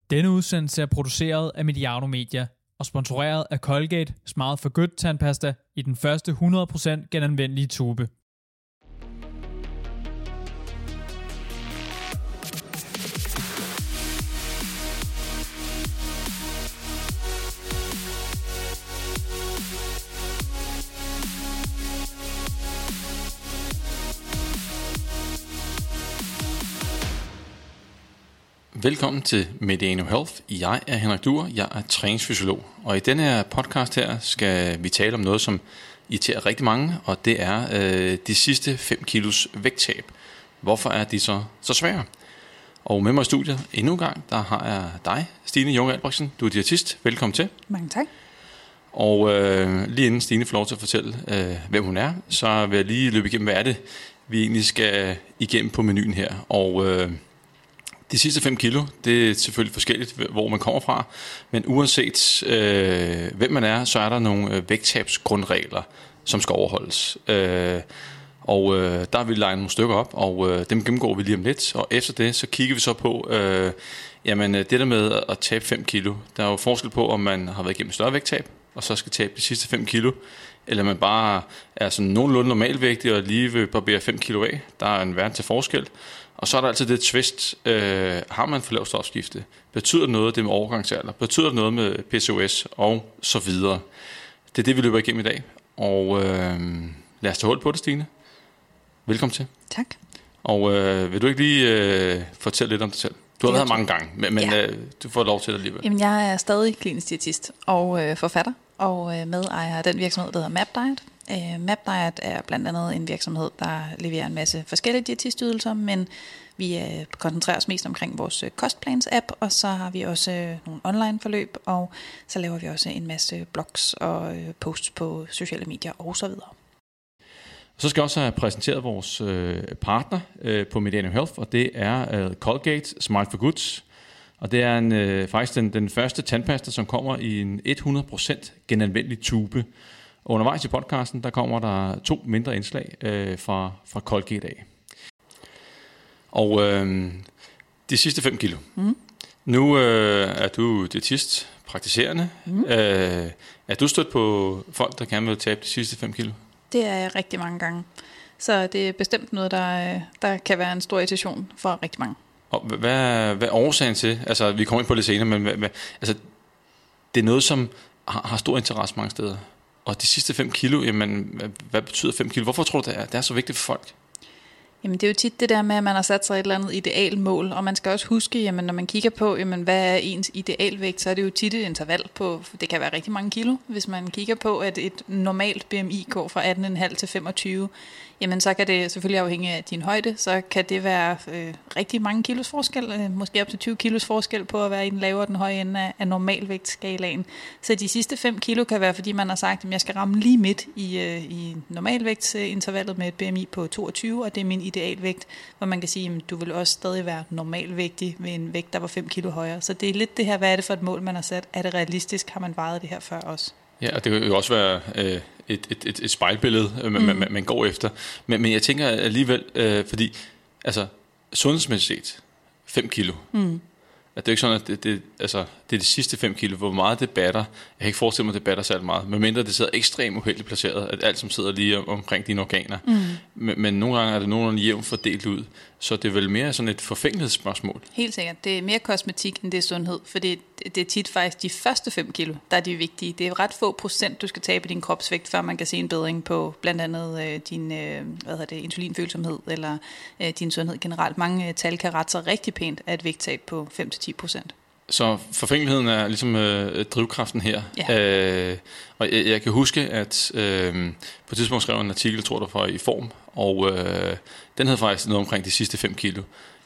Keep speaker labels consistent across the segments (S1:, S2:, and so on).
S1: Denne udsendelse er produceret af Mediano Media og sponsoreret af Colgate Smart for Good tandpasta i den første 100% genanvendelige tube.
S2: Velkommen til Mediano Health. Jeg er Henrik Duer, jeg er træningsfysiolog. Og i denne her podcast her skal vi tale om noget, som irriterer rigtig mange, og det er de sidste 5 kilos vægttab. Hvorfor er de så svære? Og med mig i studiet endnu en gang, der har jeg dig, Stine Junge Albrechtsen. Du er diætist. Velkommen til.
S3: Mange tak.
S2: Og lige inden Stine får lov til at fortælle, hvem hun er, så vil jeg lige løbe igennem, hvad er det, vi egentlig skal igennem på menuen her. Og de sidste 5 kilo, det er selvfølgelig forskelligt, hvor man kommer fra, men uanset hvem man er, så er der nogle vægttabsgrundregler, som skal overholdes. Der har vi legnet nogle stykker op, og dem gennemgår vi lige om lidt, og efter det, så kigger vi så på, det der med at tabe 5 kilo. Der er jo forskel på, om man har været igennem større vægttab, og så skal tabe de sidste 5 kilo, eller man bare er sådan nogenlunde normalvægtig, og lige vil barbere 5 kilo af. Der er en verden til forskel. Og så er der altid det twist, har man for lavt stofskifte? Betyder det noget det med overgangsalder? Betyder det noget med PCOS? Og så videre. Det er det, vi løber igennem i dag. Og lad os tage hul på det, Stine. Velkommen til.
S3: Tak.
S2: Og vil du ikke lige fortælle lidt om dig selv? Du har været her mange gange, men ja. Du får lov til det alligevel.
S3: Jamen, jeg er stadig klinisk diætist og forfatter, og medejer af den virksomhed, der hedder MapDiet. MapDiet er blandt andet en virksomhed, der leverer en masse forskellige diætistydelser, men vi koncentrerer os mest omkring vores kostplans-app, og så har vi også nogle online-forløb, og så laver vi også en masse blogs og posts på sociale medier og så videre.
S2: Så skal jeg også have præsenteret vores partner på Mediano Health, og det er Colgate Smart for Good. Og det er faktisk den første tandpasta, som kommer i en 100% genanvendelig tube. Og undervejs i podcasten, der kommer der 2 mindre indslag fra Colgate af. Og de sidste 5 kilo. Mm. Nu er du diætist, praktiserende. Mm. Er du stødt på folk, der gerne vil tabe de sidste 5 kilo?
S3: Det er jeg rigtig mange gange. Så det er bestemt noget, der kan være en stor irritation for rigtig mange.
S2: Og hvad er årsagen til? Altså, vi kommer ind på det senere, men det er noget, som har stor interesse mange steder. Og de sidste 5 kilo, jamen, hvad betyder 5 kilo? Hvorfor tror du, det er så vigtigt for folk?
S3: Jamen, det er jo tit det der med, at man har sat sig et eller andet idealmål, og man skal også huske, jamen, når man kigger på, jamen, hvad er ens idealvægt, så er det jo tit et interval på, det kan være rigtig mange kilo. Hvis man kigger på, at et normalt BMI går fra 18,5 til 25, jamen, så kan det selvfølgelig afhænge af din højde, så kan det være rigtig mange kilos forskel, måske op til 20 kilos forskel på at være i den lave og den høje ende af normalvægtskalaen. Så de sidste 5 kilo kan være, fordi man har sagt, at jeg skal ramme lige midt i normalvægtsintervallet med et BMI på 22, og det er min idealvægt, hvor man kan sige, at du vil også stadig være normalvægtig ved en vægt, der var 5 kilo højere. Så det er lidt det her, hvad er det for et mål, man har sat? Er det realistisk? Har man vejet det her før også?
S2: Ja, og det kan jo også være et spejlbillede, man går efter. Men jeg tænker alligevel, fordi altså, sundhedsmæssigt set, 5 kilo. Mm. At det er ikke sådan, at det er de sidste 5 kilo, hvor meget det batter. Jeg kan ikke forestille mig, at det batter særlig meget. Medmindre det sidder ekstremt uheldigt placeret, at alt som sidder lige omkring dine organer. Mm. Men nogle gange er det nogenlunde jævnt fordelt ud. Så det er vel mere sådan et forfængelighedsspørgsmål.
S3: Helt sikkert. Det er mere kosmetik, end det er sundhed. For det er tit faktisk de første 5 kilo, der er de vigtige. Det er ret få procent, du skal tabe i din kropsvægt, før man kan se en bedring på blandt andet din insulinfølsomhed eller din sundhed generelt. Mange tal kan rette sig rigtig pænt af et vægttab på 5-10%.
S2: Så forfængeligheden er ligesom drivkraften her. Ja. Og jeg kan huske, at på et tidspunkt skrev en artikel, tror jeg, fra I Form, og den havde faktisk noget omkring de sidste 5 kilo.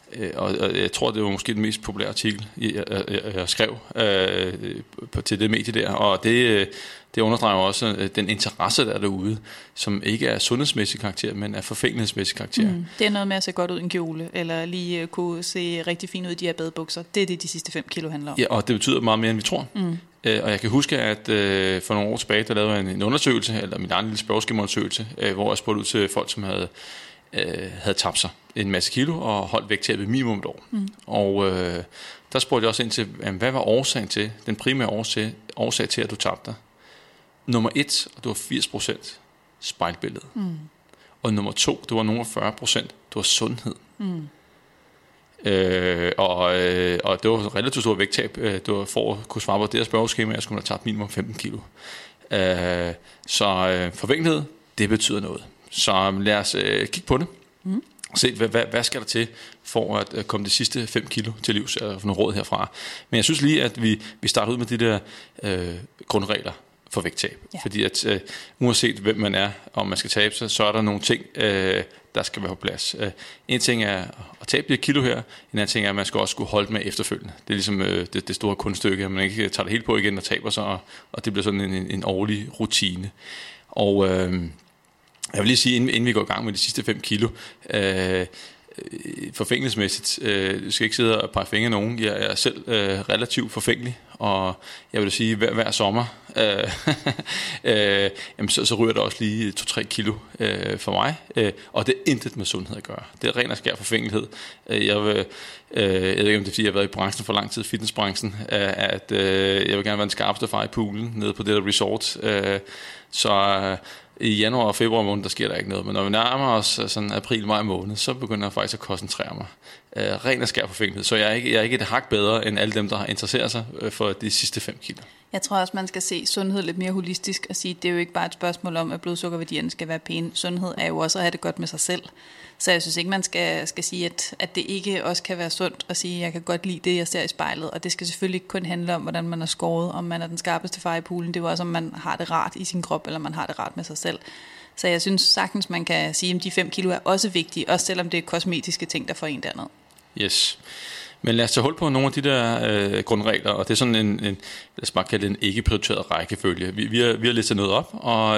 S2: Og jeg tror, det var måske den mest populære artikel, jeg skrev til det medie der. Og det understreger også den interesse, der er derude, som ikke er sundhedsmæssig karakter, men er forfængelighedsmæssig karakter. Mm.
S3: Det er noget med at se godt ud i en kjole, eller lige kunne se rigtig fint ud i de her badebukser. Det er det, de sidste 5 kilo handler om.
S2: Ja, og det betyder meget mere, end vi tror. Mm. Og jeg kan huske, at for nogle år tilbage, der lavede jeg en undersøgelse, eller min egen lille spørgeskemaundersøgelse, hvor jeg spurgte ud til folk, som havde havde tabt sig en masse kilo og holdt vægttabet minimum et år. Og der spurgte jeg også ind til, hvad var årsagen til, den primære årsag til, at du tabte dig? Nummer 1, det var 80% spejlbillede. Og nummer 2, det var nogle 40%, det var sundhed. Og det var relativt stor vægttab. Det var for at kunne svare på det her spørgeskema, jeg skulle have tabt minimum 15 kilo. Så forvængelighed, det betyder noget. Så lad os kigge på det. Se, hvad skal der til for at komme de sidste 5 kilo til livs, eller for nogle råd herfra. Men jeg synes lige, at vi starter ud med de der grundregler for vægttab. Ja. Fordi at uanset hvem man er, om man skal tabe sig, så er der nogle ting, der skal være på plads. En ting er at tabe de kilo her, en anden ting er, at man skal også skulle holde med efterfølgende. Det er ligesom det store kunststykke, at man ikke tager det helt på igen og taber sig, og det bliver sådan en årlig rutine. Og jeg vil lige sige, inden vi går i gang med de sidste 5 kilo, forfængelighedsmæssigt, jeg skal ikke sidde og pege fingre nogen. Jeg er selv relativt forfængelig, og jeg vil sige, hver sommer, jamen så ryger der også lige 2-3 kilo for mig, og det er intet med sundhed at gøre. Det er ren og skær forfængelighed. Jeg ved ikke, om det er, fordi jeg har været i branchen for lang tid, fitnessbranchen, at jeg vil gerne være den skarpeste far i poolen, nede på det der resort, så i januar og februar måned, der sker der ikke noget. Men når vi nærmer os sådan april, maj måned, så begynder jeg faktisk at koncentrere mig. Ren og skær forfængelighed. Så jeg er ikke et hak bedre end alle dem, der har interesseret sig for de sidste 5 kilo.
S3: Jeg tror også, man skal se sundhed lidt mere holistisk og sige, at det er jo ikke bare et spørgsmål om, at blodsukkerværdierne skal være pæne. Sundhed er jo også at have det godt med sig selv. Så jeg synes ikke, man skal sige, at det ikke også kan være sundt at sige, at jeg kan godt lide det, jeg ser i spejlet. Og det skal selvfølgelig ikke kun handle om, hvordan man er skåret, om man er den skarpeste far i poolen. Det er jo også, om man har det rart i sin krop, eller man har det rart med sig selv. Så jeg synes sagtens, man kan sige, at de 5 kilo er også vigtige, også selvom det er kosmetiske ting, der får en derned. Yes.
S2: Men lad os tage hul på nogle af de der grundregler, og det er sådan en lad os bare kalde det en ikke-prioriteret rækkefølge. Vi har listet noget op, og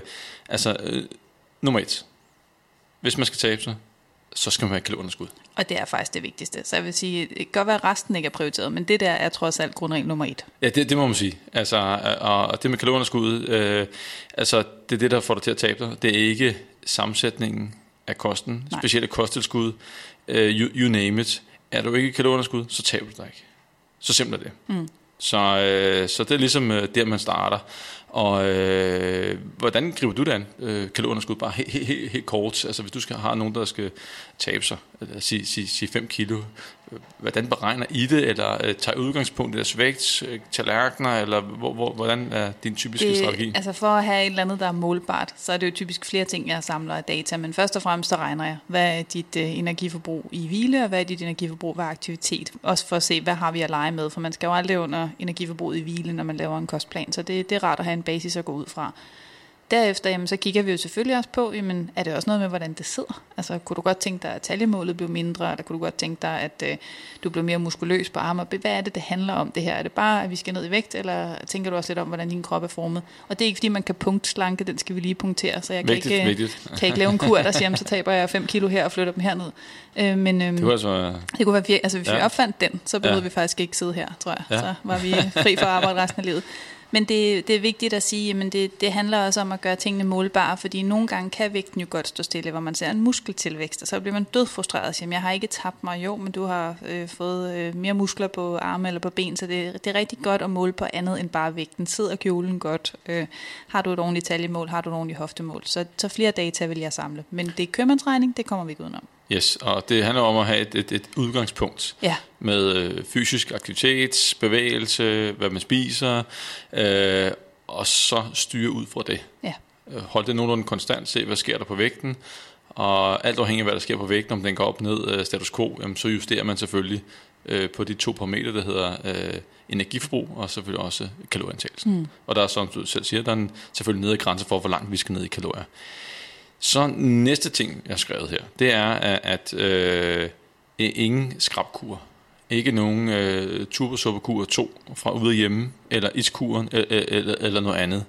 S2: nummer 1. Hvis man skal tabe sig, så skal man have kalorieunderskud.
S3: Og det er faktisk det vigtigste. Så jeg vil sige, det kan godt være, at resten ikke er prioriteret, men det der er trods alt grundregel nummer 1.
S2: Ja, det må man sige. Altså, og det med kalorieunderskud, det er det, der får dig til at tabe dig. Det er ikke sammensætningen af kosten, specielt kosttilskud, you name it. Er du ikke i kalorieunderskud, så taber du dig ikke. Så simpelt er det. Så det er ligesom der, man starter. Og hvordan griber du det an, kalorieunderskud? Bare helt kort. Altså hvis du har nogen, der skal tabe sig, sige 5 kilo, hvordan beregner I det? Eller tager udgangspunkt i deres vægt, tallerkener, eller hvordan er din typiske strategi?
S3: Altså for at have et eller andet, der er målbart, så er det jo typisk flere ting, jeg samler af data. Men først og fremmest så regner jeg, hvad er dit energiforbrug i hvile, og hvad er dit energiforbrug ved aktivitet? Også for at se, hvad har vi at lege med, for man skal jo aldrig under energiforbruget i hvile, når man laver en kostplan. Så det er rart at have en basis at gå ud fra. Derefter, jamen, så kigger vi jo selvfølgelig også på, jamen, er det også noget med, hvordan det sidder? Altså, kunne du godt tænke dig, at taljemålet blev mindre, eller kunne du godt tænke dig, at du blev mere muskuløs på arme? Hvad er det handler om det her? Er det bare, at vi skal ned i vægt, eller tænker du også lidt om, hvordan din krop er formet? Og det er ikke, fordi man kan punktslanke, den skal vi lige punktere, så jeg kan ikke lave en kur, der siger, jamen, så taber jeg 5 kilo her og flytter dem herned.
S2: Det
S3: kunne være virkelig, altså hvis vi opfandt den, så behøvede vi faktisk ikke sidde her, tror jeg. Så var vi fri for at arbejde resten af livet. Men det er vigtigt at sige, at det handler også om at gøre tingene målbare, fordi nogle gange kan vægten jo godt stå stille, hvor man ser en muskeltilvækst, og så bliver man dødfrustreret og siger, jeg har ikke tabt mig, jo, men du har fået mere muskler på arme eller på ben, så det er rigtig godt at måle på andet end bare vægten. Sidder kjolen godt? Har du et ordentligt taljemål? Har du et ordentligt hoftemål? Så flere data vil jeg samle. Men det er købmandsregning, det kommer vi ikke udenom.
S2: Yes, og det handler om at have et udgangspunkt med fysisk aktivitet, bevægelse, hvad man spiser, og så styre ud fra det. Ja. Hold det nogenlunde konstant, se hvad sker der på vægten, og alt afhængig af hvad der sker på vægten, om den går op ned status quo, jamen, så justerer man selvfølgelig på de 2 parametre, der hedder energiforbrug, og selvfølgelig også kalorieindtagelse. Og der er, som du selv siger, der er selvfølgelig nede i grænse for, hvor langt vi skal ned i kalorier. Så næste ting, jeg har skrevet her, det er, at ingen skrabkur, ikke nogen turbosuppekur 2 fra ude hjemme, eller iskuren, eller noget andet.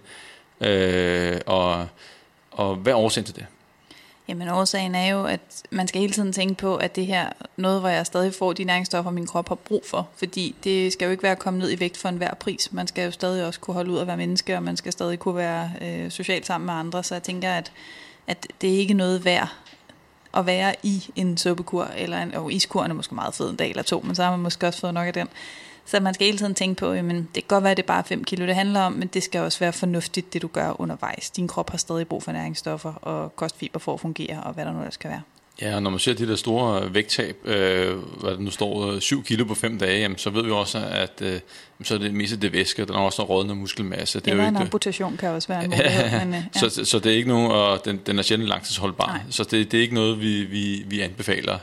S2: Og hvad er årsagen til det?
S3: Jamen årsagen er jo, at man skal hele tiden tænke på, at det her noget, hvor jeg stadig får de næringsstoffer, min krop har brug for. Fordi det skal jo ikke være at komme ned i vægt for enhver pris. Man skal jo stadig også kunne holde ud at være menneske, og man skal stadig kunne være socialt sammen med andre. Så jeg tænker, at det er ikke noget værd at være i en suppekur, eller iskuren er måske meget fed en dag eller 2, men så har man måske også fået nok af den. Så man skal hele tiden tænke på, jamen det kan godt være, at det er bare 5 kilo, det handler om, men det skal også være fornuftigt, det du gør undervejs. Din krop har stadig brug for næringsstoffer og kostfiber for at fungere, og hvad der nu ellers skal være.
S2: Ja, og når man ser de der store vægttab, hvad der nu står 7 kilo på 5 dage, jamen, så ved vi også, at så er det mest det væske, der er også rådende muskelmasse. Det er
S3: eller
S2: jo
S3: en
S2: ikke,
S3: amputation kan også være en mulighed. Men,
S2: ja. Så det er ikke nogen, og den er sjældent langtidsholdbar.
S3: Nej.
S2: Så det er ikke noget, vi anbefaler.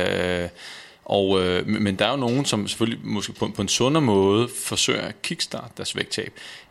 S2: Men der er jo nogen, som selvfølgelig måske på en sundere måde forsøger at kickstarte deres vægttab.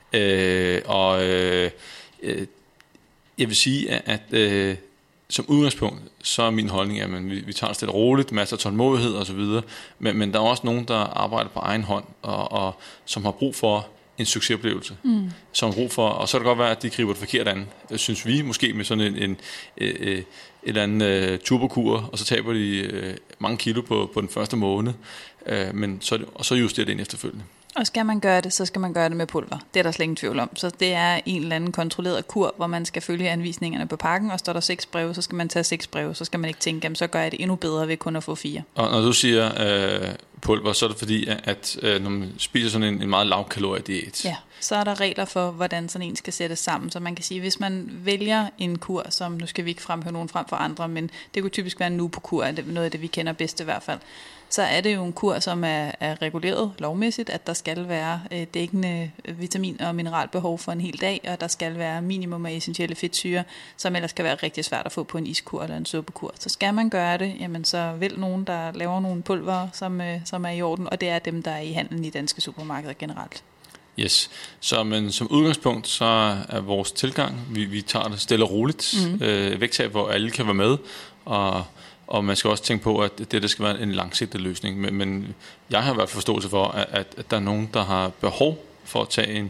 S2: Jeg vil sige, at som udgangspunkt, så er min holdning, at vi tager det stille roligt, masser af tålmodighed osv., men der er også nogen, der arbejder på egen hånd, og som har brug for en succesoplevelse, som har brug for, og så kan det godt være, at de griber det forkert an, synes vi, måske med sådan en eller anden turbokur, og så taber de mange kilo på den første måned, men så justerer det ind efterfølgende.
S3: Og skal man gøre det, så skal man gøre det med pulver. Det er der slet ingen tvivl om. Så det er en eller anden kontrolleret kur, hvor man skal følge anvisningerne på pakken, og står der 6 breve, så skal man tage 6 breve. Så skal man ikke tænke, jamen, så gør jeg det endnu bedre ved kun at få 4.
S2: Og når du siger pulver, så er det fordi, at når man spiser sådan en meget lavkaloriediæt.
S3: Ja, så er der regler for, hvordan sådan en skal sættes sammen. Så man kan sige, hvis man vælger en kur, som nu skal vi ikke fremhæve nogen frem for andre, men det kunne typisk være en Nupo-kur, noget af det, vi kender bedst i hvert fald. Så er det jo en kur, som er reguleret lovmæssigt, at der skal være dækkende vitamin- og mineralbehov for en hel dag, og der skal være minimum af essentielle fedtsyrer, som ellers kan være rigtig svært at få på en iskur eller en suppekur. Så skal man gøre det, jamen så vælg nogen, der laver nogle pulver, som er i orden, og det er dem, der er i handlen i danske supermarkeder generelt.
S2: Yes, men som udgangspunkt, så er vores tilgang, vi tager det stille og roligt, vægttab, hvor alle kan være med, og man skal også tænke på, at det skal være en langsigtet løsning. Men jeg har i hvert fald forståelse for, at der er nogen, der har behov for at tage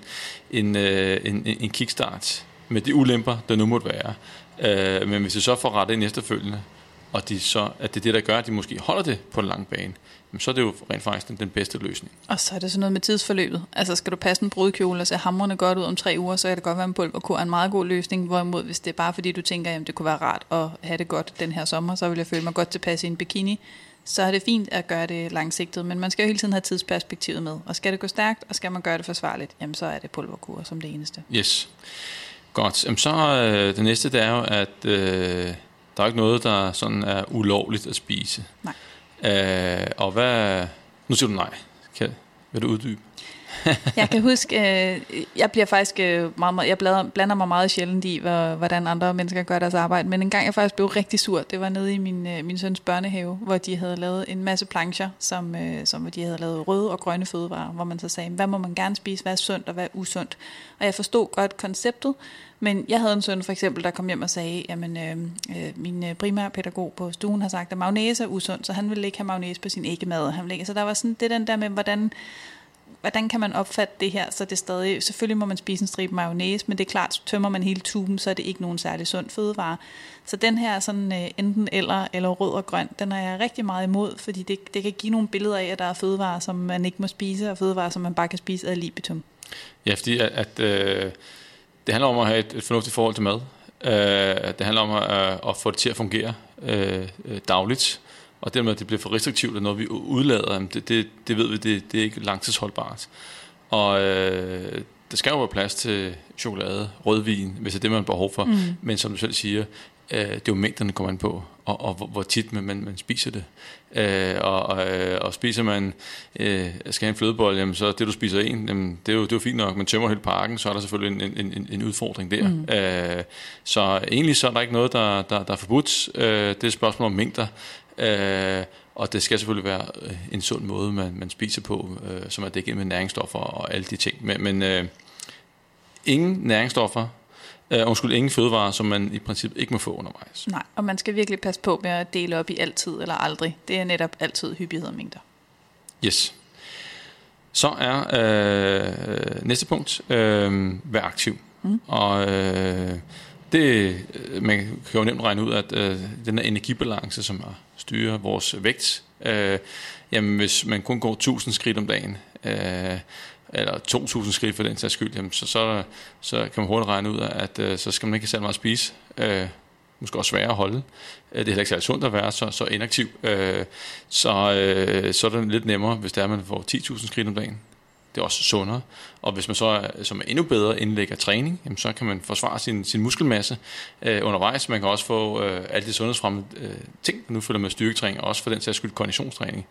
S2: en kickstart med de ulemper, der nu måtte være. Men hvis de så får rettet ind efterfølgende, og at det er det, der gør, at de måske holder det på en lang bane, så er det jo rent faktisk den bedste løsning.
S3: Og så er det sådan noget med tidsforløbet. Altså skal du passe en brudkjole og se hamrende godt ud om 3 uger, så kan det godt være en pulverkur en meget god løsning. Hvorimod hvis det er bare fordi du tænker, jamen det kunne være rart at have det godt den her sommer, så vil jeg føle mig godt tilpas i en bikini, så er det fint at gøre det langsigtet. Men man skal jo hele tiden have tidsperspektivet med. Og skal det gå stærkt, og skal man gøre det forsvarligt, jamen så er det pulverkur som det eneste.
S2: Yes. Godt. Jamen, så det næste, det er jo, at der er ikke noget, der sådan er ulovligt at spise.
S3: Nej.
S2: Og hvad... Nu siger du nej. Vil du uddybe?
S3: Jeg kan huske, jeg bliver faktisk jeg blander mig meget sjældent i, hvordan andre mennesker gør deres arbejde, men en gang jeg faktisk blev rigtig sur, det var nede i min søns børnehave, hvor de havde lavet en masse plancher, som de havde lavet røde og grønne fødevarer, hvor man så sagde, hvad må man gerne spise, hvad er sundt og hvad er usundt. Og jeg forstod godt konceptet, men jeg havde en søn for eksempel, der kom hjem og sagde, jamen min primærpædagog på stuen har sagt, at mayonnaise er usundt, så han ville ikke have mayonnaise på sin æggemad. Så der var sådan det den der med, hvordan kan man opfatte det her, så det stadig, selvfølgelig må man spise en stribe mayonnaise, men det er klart, tømmer man hele tuben, så er det ikke nogen særlig sund fødevare. Så den her sådan enten eller rød og grøn, den er jeg rigtig meget imod, fordi det kan give nogle billeder af, at der er fødevarer, som man ikke må spise, og fødevarer, som man bare kan spise ad libitum.
S2: Ja, fordi det handler om at have et fornuftigt forhold til mad. Det handler om at få det til at fungere dagligt. Og dermed, at det bliver for restriktivt, og noget vi udlader, det ved vi, det er ikke langtidsholdbart. Og der skal jo være plads til chokolade, rødvin, hvis det er det, man har behov for. Men som du selv siger, det er jo mængderne, kommer ind på, og hvor tit man spiser det. Og spiser man, skal have en flødebolle, jamen, så det du spiser jamen, det er jo fint nok, men tømmer hele pakken, så er der selvfølgelig en udfordring der. Så egentlig så er der ikke noget, der er forbudt. Det er et spørgsmål om mængder. Og det skal selvfølgelig være en sund måde, man spiser på, som er dækket med næringsstoffer og alle de ting. Men ingen næringsstoffer, ingen fødevarer, som man i princippet ikke må få undervejs.
S3: Nej, og man skal virkelig passe på med at dele op i altid eller aldrig. Det er netop altid hyppighed og mængder.
S2: Yes. Så er næste punkt, vær aktiv. Og man kan jo nemt regne ud, at den her energibalance, som styrer vores vægt, jamen hvis man kun går 1000 skridt om dagen, eller 2000 skridt for den sags skyld, jamen så kan man hurtigt regne ud af, at så skal man ikke have særlig meget at spise. måske også sværere at holde. Det er heller ikke særlig sundt at være så inaktiv. Så er det lidt nemmere, hvis det er, at man får 10.000 skridt om dagen. Det er også sundere. Og hvis man så som er endnu bedre indlægger træning, jamen så kan man forsvare sin muskelmasse undervejs. Man kan også få alle de sundhedsfremmede ting, der nu følger med styrketræning, og også for den sags skyld konditionstræning.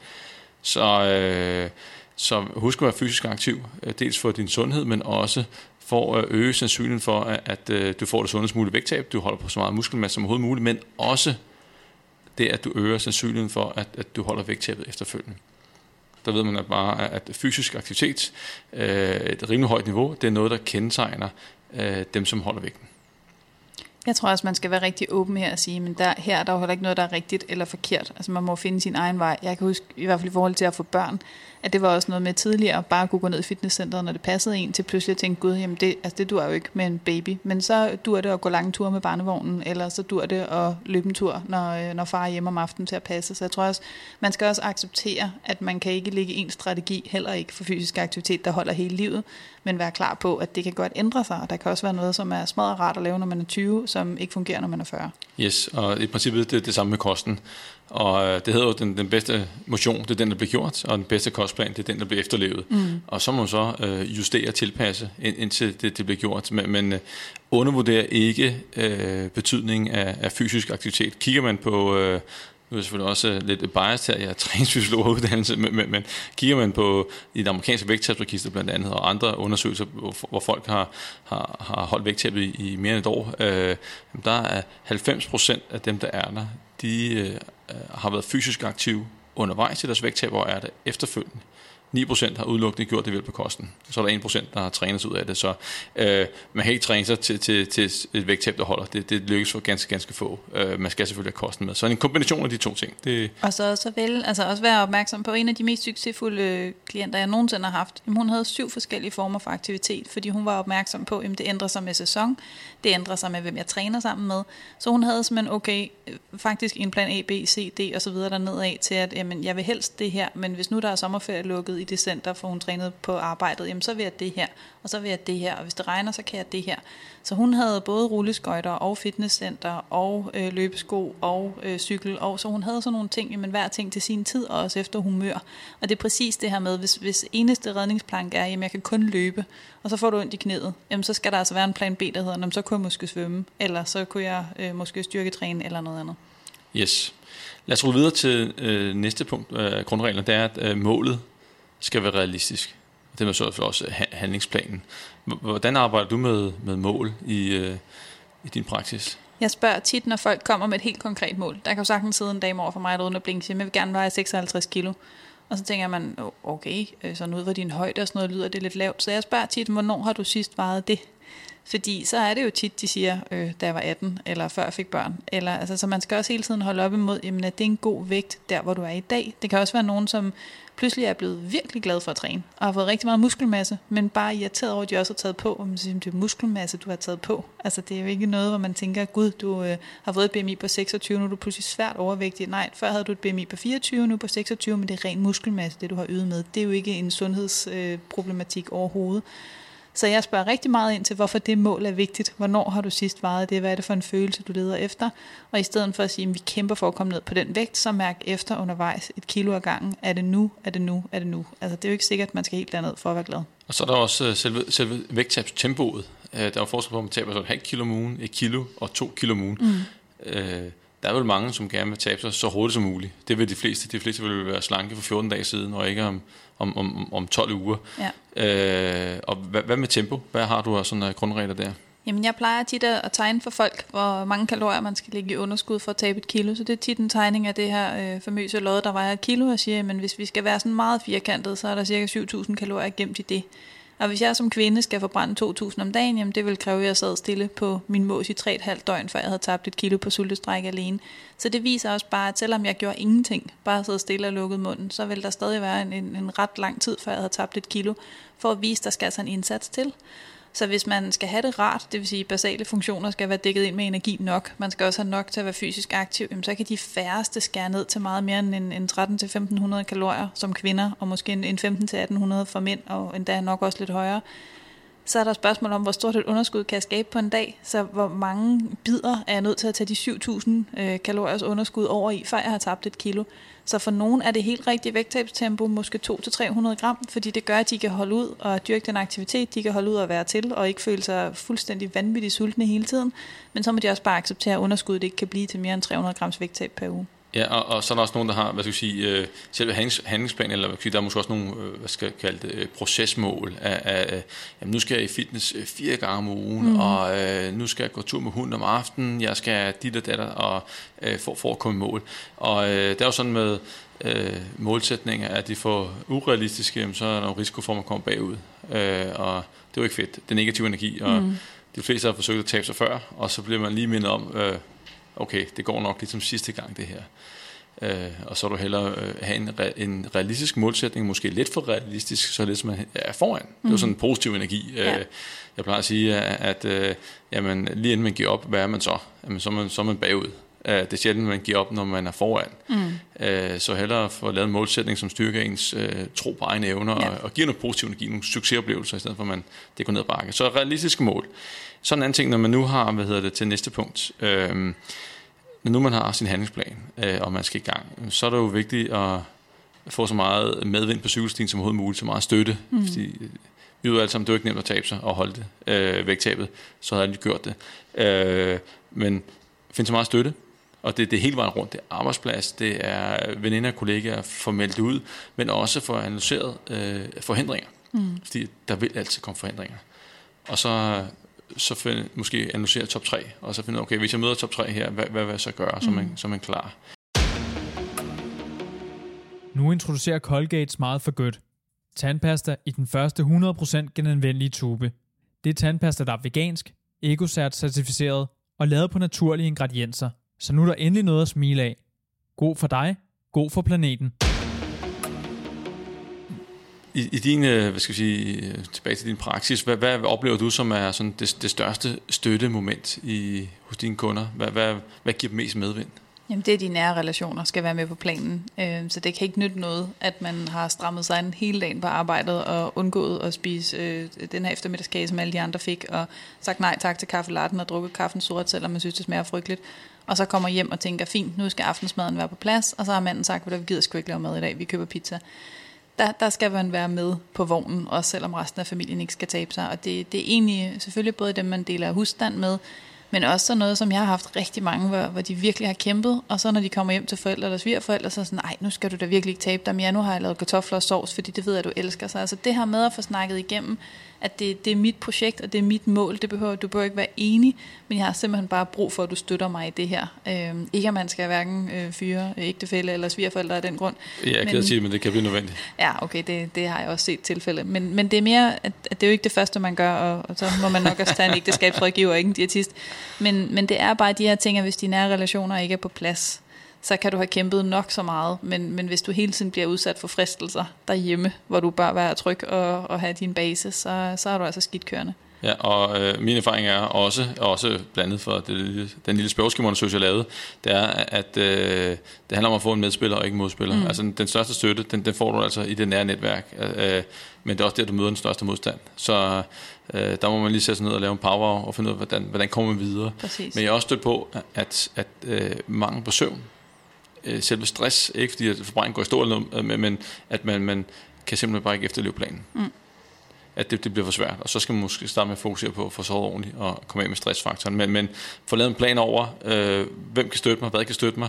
S2: Så husk at være fysisk aktiv, dels for din sundhed, men også for at øge sandsynligheden for, at du får det sundest mulige vægttab, du holder på så meget muskelmasse som overhovedet muligt, men også det, at du øger sandsynligheden for, at du holder vægttabet efterfølgende. Der ved man bare, at fysisk aktivitet, et rimelig højt niveau, det er noget, der kendetegner dem, som holder vægten.
S3: Jeg tror også, man skal være rigtig åben her og sige, men her er der jo heller ikke noget, der er rigtigt eller forkert. Altså man må finde sin egen vej. Jeg kan huske, i hvert fald i forhold til at få børn, at det var også noget med tidligere at bare kunne gå ned i fitnesscenteret, når det passede en, til pludselig at tænke, gud, jamen det duer jo ikke med en baby. Men så duer det at gå lange ture med barnevognen, eller så duer det at løbe en tur, når far er hjemme om aftenen til at passe. Så jeg tror også, man skal også acceptere, at man kan ikke lægge en strategi, heller ikke for fysisk aktivitet, der holder hele livet, men være klar på, at det kan godt ændre sig, og der kan også være noget, som er smadret rart at lave, når man er 20, som ikke fungerer, når man er 40.
S2: Yes, og i princippet det er det samme med kosten. Og det hedder jo, den bedste motion, det er den, der bliver gjort, og den bedste kostplan, det er den, der bliver efterlevet. Og så må man så justere og tilpasse, indtil det bliver gjort. Men undervurderer ikke betydningen af fysisk aktivitet. Kigger man på... Nu er jeg selvfølgelig også lidt biased her, jeg er træningsfysiolog og uddannelse, men kigger man på i det amerikanske vægttabsregister blandt andet, og andre undersøgelser, hvor folk har holdt vægttabet i mere end et år, der er 90% af dem, der er der, de har været fysisk aktive undervejs i deres vægttab, og er det efterfølgende. 9% har udelukkende gjort det ved hjælp af kosten. Så er der 1%, der har trænet sig ud af det. Så man kan ikke træne sig til et vægttab, der holder. Det lykkes for ganske få. Man skal selvfølgelig have kosten med. Så en kombination af de to ting.
S3: Og så også være opmærksom på en af de mest succesfulde klienter, jeg nogensinde har haft. Jamen, hun havde 7 forskellige former for aktivitet, fordi hun var opmærksom på, at det ændrer sig med sæson. Det ændrer sig med, hvem jeg træner sammen med. Så hun havde simpelthen, faktisk en plan A, B, C, D og så videre dernede af til, at jamen, jeg vil helst det her, men hvis nu der er sommerferie lukket i det center, for hun trænede på arbejdet, jamen så vil jeg det her, og så vil jeg det her, og hvis det regner, så kan jeg det her. Så hun havde både rulleskøjter og fitnesscenter og løbesko og cykel, og så hun havde sådan nogle ting, jamen hver ting til sin tid, og også efter humør. Og det er præcis det her med, hvis eneste redningsplank er, jamen jeg kan kun løbe, og så får du ondt i knæet, jamen så skal der altså være en plan B, der hedder, så kunne jeg måske svømme, eller så kunne jeg måske styrketræne, eller noget andet.
S2: Yes. Lad os rulle videre til næste punkt af grundreglerne, det er, at målet skal være realistisk. Det er så også handlingsplanen. Hvordan arbejder du med mål i din praksis?
S3: Jeg spørger tit, når folk kommer med et helt konkret mål. Der kan jo sagtens sidde en dame over for mig, der uden at blinke, jeg vil gerne veje 56 kilo. Og så tænker man, okay, sådan ud for din højde og sådan noget, lyder det lidt lavt. Så jeg spørger tit, hvornår har du sidst vejet det? Fordi så er det jo tit, de siger, da jeg var 18, eller før jeg fik børn. Eller, altså, så man skal også hele tiden holde op imod, jamen, at det er en god vægt, der hvor du er i dag. Det kan også være nogen, som pludselig er blevet virkelig glad for at træne, og har fået rigtig meget muskelmasse, men bare irriteret over, at de også har taget på. Og man siger, det er muskelmasse, du har taget på. Altså, det er jo ikke noget, hvor man tænker, gud, du har fået et BMI på 26, nu er du pludselig svært overvægtig. Nej, før havde du et BMI på 24, nu på 26, men det er ren muskelmasse, det du har ydet med. Det er jo ikke en sundhedsproblematik overhovedet. Så jeg spørger rigtig meget ind til, hvorfor det mål er vigtigt. Hvornår har du sidst vejet det? Hvad er det for en følelse, du leder efter? Og i stedet for at sige, at vi kæmper for at komme ned på den vægt, så mærk efter undervejs 1 kilo ad gangen. Er det nu? Er det nu? Er det nu? Altså det er jo ikke sikkert, at man skal helt derned for at være glad.
S2: Og så er der også selve vægttabstempoet. Der er jo forskel på, at man taber så 0,5 kilo om ugen, 1 kilo og 2 kilo om ugen. Der er vel mange, som gerne vil tabe sig så hurtigt som muligt. Det vil de fleste. De fleste vil være slanke for 14 dage siden, og ikke om 12 uger. Ja. Og hvad med tempo? Hvad har du af sådan grundregler der?
S3: Jamen jeg plejer tit at tegne for folk, hvor mange kalorier man skal lægge i underskud for at tabe 1 kilo. Så det er tit en tegning af det her famøse lod, der vejer 1 kilo, og siger, at hvis vi skal være sådan meget firkantet, så er der cirka 7.000 kalorier gemt i det. Og hvis jeg som kvinde skal forbrænde 2.000 om dagen, jamen det vil kræve, at jeg sad stille på min mås i 3,5 døgn, før jeg havde tabt 1 kilo på sultestræk alene. Så det viser også bare, at selvom jeg gjorde ingenting, bare sad stille og lukkede munden, så vil der stadig være en ret lang tid, før jeg havde tabt 1 kilo, for at vise, at der skal altså en indsats til. Så hvis man skal have det rart, det vil sige basale funktioner skal være dækket ind med energi nok, man skal også have nok til at være fysisk aktiv, jamen så kan de færreste skære ned til meget mere end en 1.300-1.500 kalorier som kvinder, og måske en 1.500-1.800 for mænd, og endda nok også lidt højere. Så er der et spørgsmål om, hvor stort et underskud kan jeg skabe på en dag. Så hvor mange bidder er jeg nødt til at tage de 7.000 kaloriers underskud over i, før jeg har tabt 1 kilo. Så for nogen er det helt rigtigt vægttabstempo, måske 200-300 gram, fordi det gør, at de kan holde ud og dyrke den aktivitet, de kan holde ud og være til, og ikke føle sig fuldstændig vanvittigt sultne hele tiden. Men så må de også bare acceptere, at underskuddet ikke kan blive til mere end 300 grams vægttab per uge.
S2: Ja, og så er der også nogen, der har, selve handlingsplan, eller der er måske også nogle, procesmål af jamen, nu skal jeg i fitness 4 gange om ugen, og nu skal jeg gå tur med hunden om aftenen, jeg skal dit og datter, og for at komme i mål. Og det er jo sådan med målsætninger, at de får urealistiske, så er der jo risiko for, at man kommer bagud. Og det er jo ikke fedt. Det er negativ energi, og de fleste har forsøgt at tabe sig før, og så bliver man lige mindet om, okay, det går nok ligesom sidste gang det her. Og så er du hellere have en realistisk målsætning, måske lidt for realistisk, så lidt som man er foran. Det er jo sådan en positiv energi. Jeg plejer at sige, at jamen, lige inden man giver op, hvad er man så? Jamen, så er man bagud. Det er sjældent, man giver op, når man er foran. Så hellere få lavet en målsætning, som styrker ens tro på egne evner, og giver noget positiv energi, nogle succesoplevelser, i stedet for at det går ned ad bakke. Så realistiske mål. Så en anden ting, når man nu har, til næste punkt, når nu man har sin handlingsplan, og man skal i gang, så er det jo vigtigt at få så meget medvind på cykelstien som overhovedet muligt, så meget støtte, fordi vi ved alle sammen, det er jo ikke nemt at tabe sig og holde det vægttabet, så havde jeg lige gjort det. Men find så meget støtte, og det er hele vejen rundt, det er arbejdsplads, det er veninder og kollegaer, for meldt ud, men også for analyseret forhindringer, fordi der vil altid komme forhindringer. Og så måske analysere top 3, og så finde okay, hvis jeg møder top 3 her, hvad vil jeg så gøre, så man klar.
S1: Nu introducerer Colgate Smile for Good. Tandpasta i den første 100% genanvendelige tube. Det er tandpasta, der er vegansk, EcoCert-certificeret og lavet på naturlige ingredienser. Så nu er der endelig noget at smile af. God for dig, god for planeten.
S2: I din, tilbage til din praksis, hvad oplever du, som er sådan det største støttemoment hos dine kunder? Hvad giver dem mest medvind?
S3: Jamen det er de nære relationer, skal være med på planen. Så det kan ikke nytte noget, at man har strammet sig en hele dagen på arbejdet og undgået at spise den her eftermiddagskage, som alle de andre fik, og sagt nej tak til kaffelatten og drukket kaffen sort, selvom man synes, det smager frygteligt. Og så kommer hjem og tænker, fint, nu skal aftensmaden være på plads, og så har manden sagt, vi gider sgu ikke lave mad i dag, vi køber pizza. Der skal man være med på vognen, også selvom resten af familien ikke skal tabe sig. Og det er egentlig selvfølgelig både dem, man deler husstand med, men også sådan noget, som jeg har haft rigtig mange, hvor de virkelig har kæmpet. Og så når de kommer hjem til forældre eller svigerforældre, så er sådan, nej, nu skal du da virkelig ikke tabe dig mere. Nu har jeg lavet kartofler og sovs, fordi det ved jeg, du elsker. Så altså det her med at få snakket igennem, at det er mit projekt, og det er mit mål. Du behøver ikke være enig, men jeg har simpelthen bare brug for, at du støtter mig i det her. Ikke at man skal hverken fyre ægtefælle eller svigerforældre af den grund.
S2: Ja, jeg kan sige, men det kan blive nødvendigt.
S3: Ja, okay, det har jeg også set tilfælde. Men det er mere, at det er jo ikke det første, man gør, og så må man nok også tage en ægteskabsrådgiver og ikke en diætist. Men det er bare de her ting, at hvis de nære relationer ikke er på plads, så kan du have kæmpet nok så meget, men hvis du hele tiden bliver udsat for fristelser derhjemme, hvor du bare er tryg og have din base, så er du altså skidt kørende.
S2: Ja, og min erfaring er også blandet for den lille spørgeskemaundersøgelse, jeg lavede, det er, at det handler om at få en medspiller og ikke en modspiller. Altså den største støtte, den får du altså i det nære netværk, men det er også der, du møder den største modstand. Så der må man lige sætte sig ned og lave en power og finde ud af, hvordan kommer man videre.
S3: Præcis.
S2: Men jeg er også stødt på, at mangel på søvn, selve stress, ikke fordi at forbrændingen går i stå eller noget, men at man kan simpelthen bare ikke efterleve planen. At det bliver for svært, og så skal man måske starte med at fokusere på at få sovet ordentligt og komme af med stressfaktoren, men få lavet en plan over, hvem kan støtte mig, hvad kan støtte mig,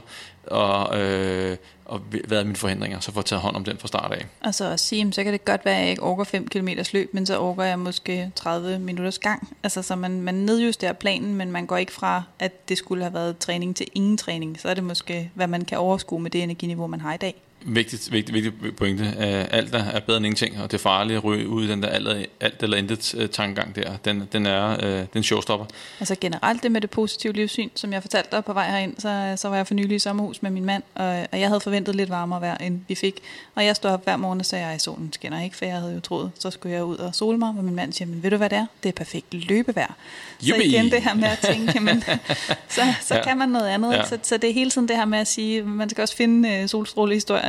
S2: og hvad er mine forhindringer, så får jeg taget hånd om den fra start af.
S3: Altså at sige, så kan det godt være, at jeg ikke orker 5 km løb, men så orker jeg måske 30 minutters gang. Altså så man nedjusterer planen, men man går ikke fra, at det skulle have været træning til ingen træning. Så er det måske, hvad man kan overskue med det energiniveau, man har i dag.
S2: Vigtig pointe. Alt er bedre end ingenting, og det er farligt at ryge ud i den der alt eller intet tankegang der. Den er en showstopper. Altså
S3: generelt det med det positive livssyn, som jeg fortalte dig på vej herind, så var jeg for nylig i sommerhus med min mand, og jeg havde forventet lidt varmere vejr, end vi fik. Og jeg stod op hver morgen og sagde, at solen skinner ikke, for jeg havde jo troet, så skulle jeg ud og sole mig, og min mand siger, men ved du hvad det er? Det er perfekt løbevejr. Så igen det her med at tænke, men, så kan man noget andet. Ja. Så det er hele tiden det her med at sige, man skal også finde solstrålehistorien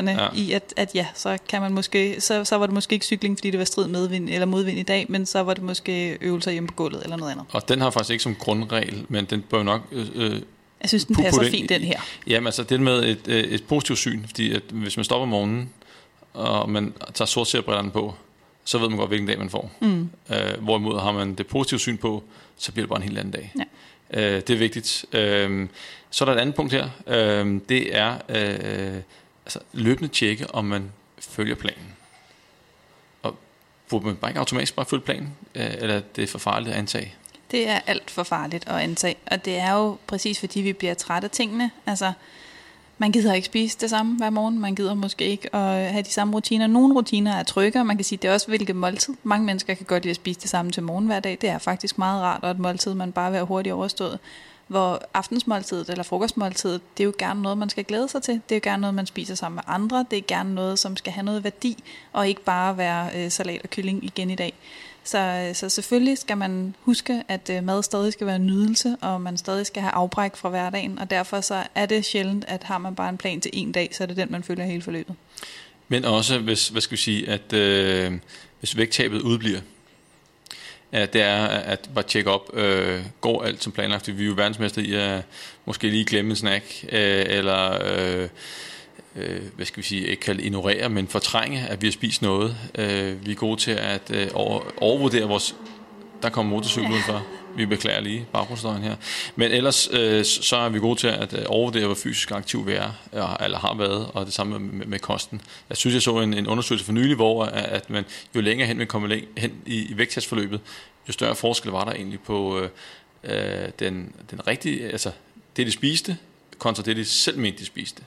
S3: argumenterne i, at ja, så kan man måske, så var det måske ikke cykling, fordi det var strid medvind eller modvind i dag, men så var det måske øvelser hjemme på gulvet eller noget andet.
S2: Og den har faktisk ikke som grundregel, men den bør nok...
S3: jeg synes, den passer fint, den her.
S2: Jamen altså, det med et positivt syn, fordi at hvis man stopper om morgenen, og man tager sortserbrillerne på, så ved man godt, hvilken dag man får. Hvorimod har man det positive syn på, så bliver det bare en helt anden dag. Ja. Det er vigtigt. Så er der et andet punkt her. Det er altså løbende tjekke, om man følger planen. Og burde man bare ikke automatisk bare følge planen? Eller det er for farligt at antage?
S3: Det er alt for farligt at antage. Og det er jo præcis fordi, vi bliver trætte af tingene. Altså, man gider ikke spise det samme hver morgen. Man gider måske ikke at have de samme rutiner. Nogle rutiner er trygge, og man kan sige, det er også hvilket måltid. Mange mennesker kan godt lide at spise det samme til morgen hver dag. Det er faktisk meget rart, og et måltid, man bare vil have hurtigt overstået. Hvor aftensmåltidet eller frokostmåltidet, det er jo gerne noget, man skal glæde sig til. Det er jo gerne noget, man spiser sammen med andre. Det er gerne noget, som skal have noget værdi, og ikke bare være salat og kylling igen i dag. Så selvfølgelig skal man huske, at mad stadig skal være en nydelse, og man stadig skal have afbræk fra hverdagen, og derfor så er det sjældent, at har man bare en plan til en dag, så er det den, man følger hele forløbet.
S2: Men også, hvis vægttabet udbliver, det er at bare tjekke op, går alt som planlagt. Vi er jo verdensmester i at måske lige glemme en snack, eller ikke kalde ignorere, men fortrænge, at vi har spist noget. Vi er gode til at overvurdere vores... Der kommer motorcykel udenfor. Vi beklager lige baggrundsstøjen her. Men ellers så er vi gode til at overvurdere, hvor fysisk aktiv vi er, eller har været, og det samme med kosten. Jeg synes, jeg så en undersøgelse for nylig, hvor at man jo længere hen man kommer hen i vægttabsforløbet, jo større forskel var der egentlig på den rigtige, altså det de spiste, kontra det de selv mente de spiste.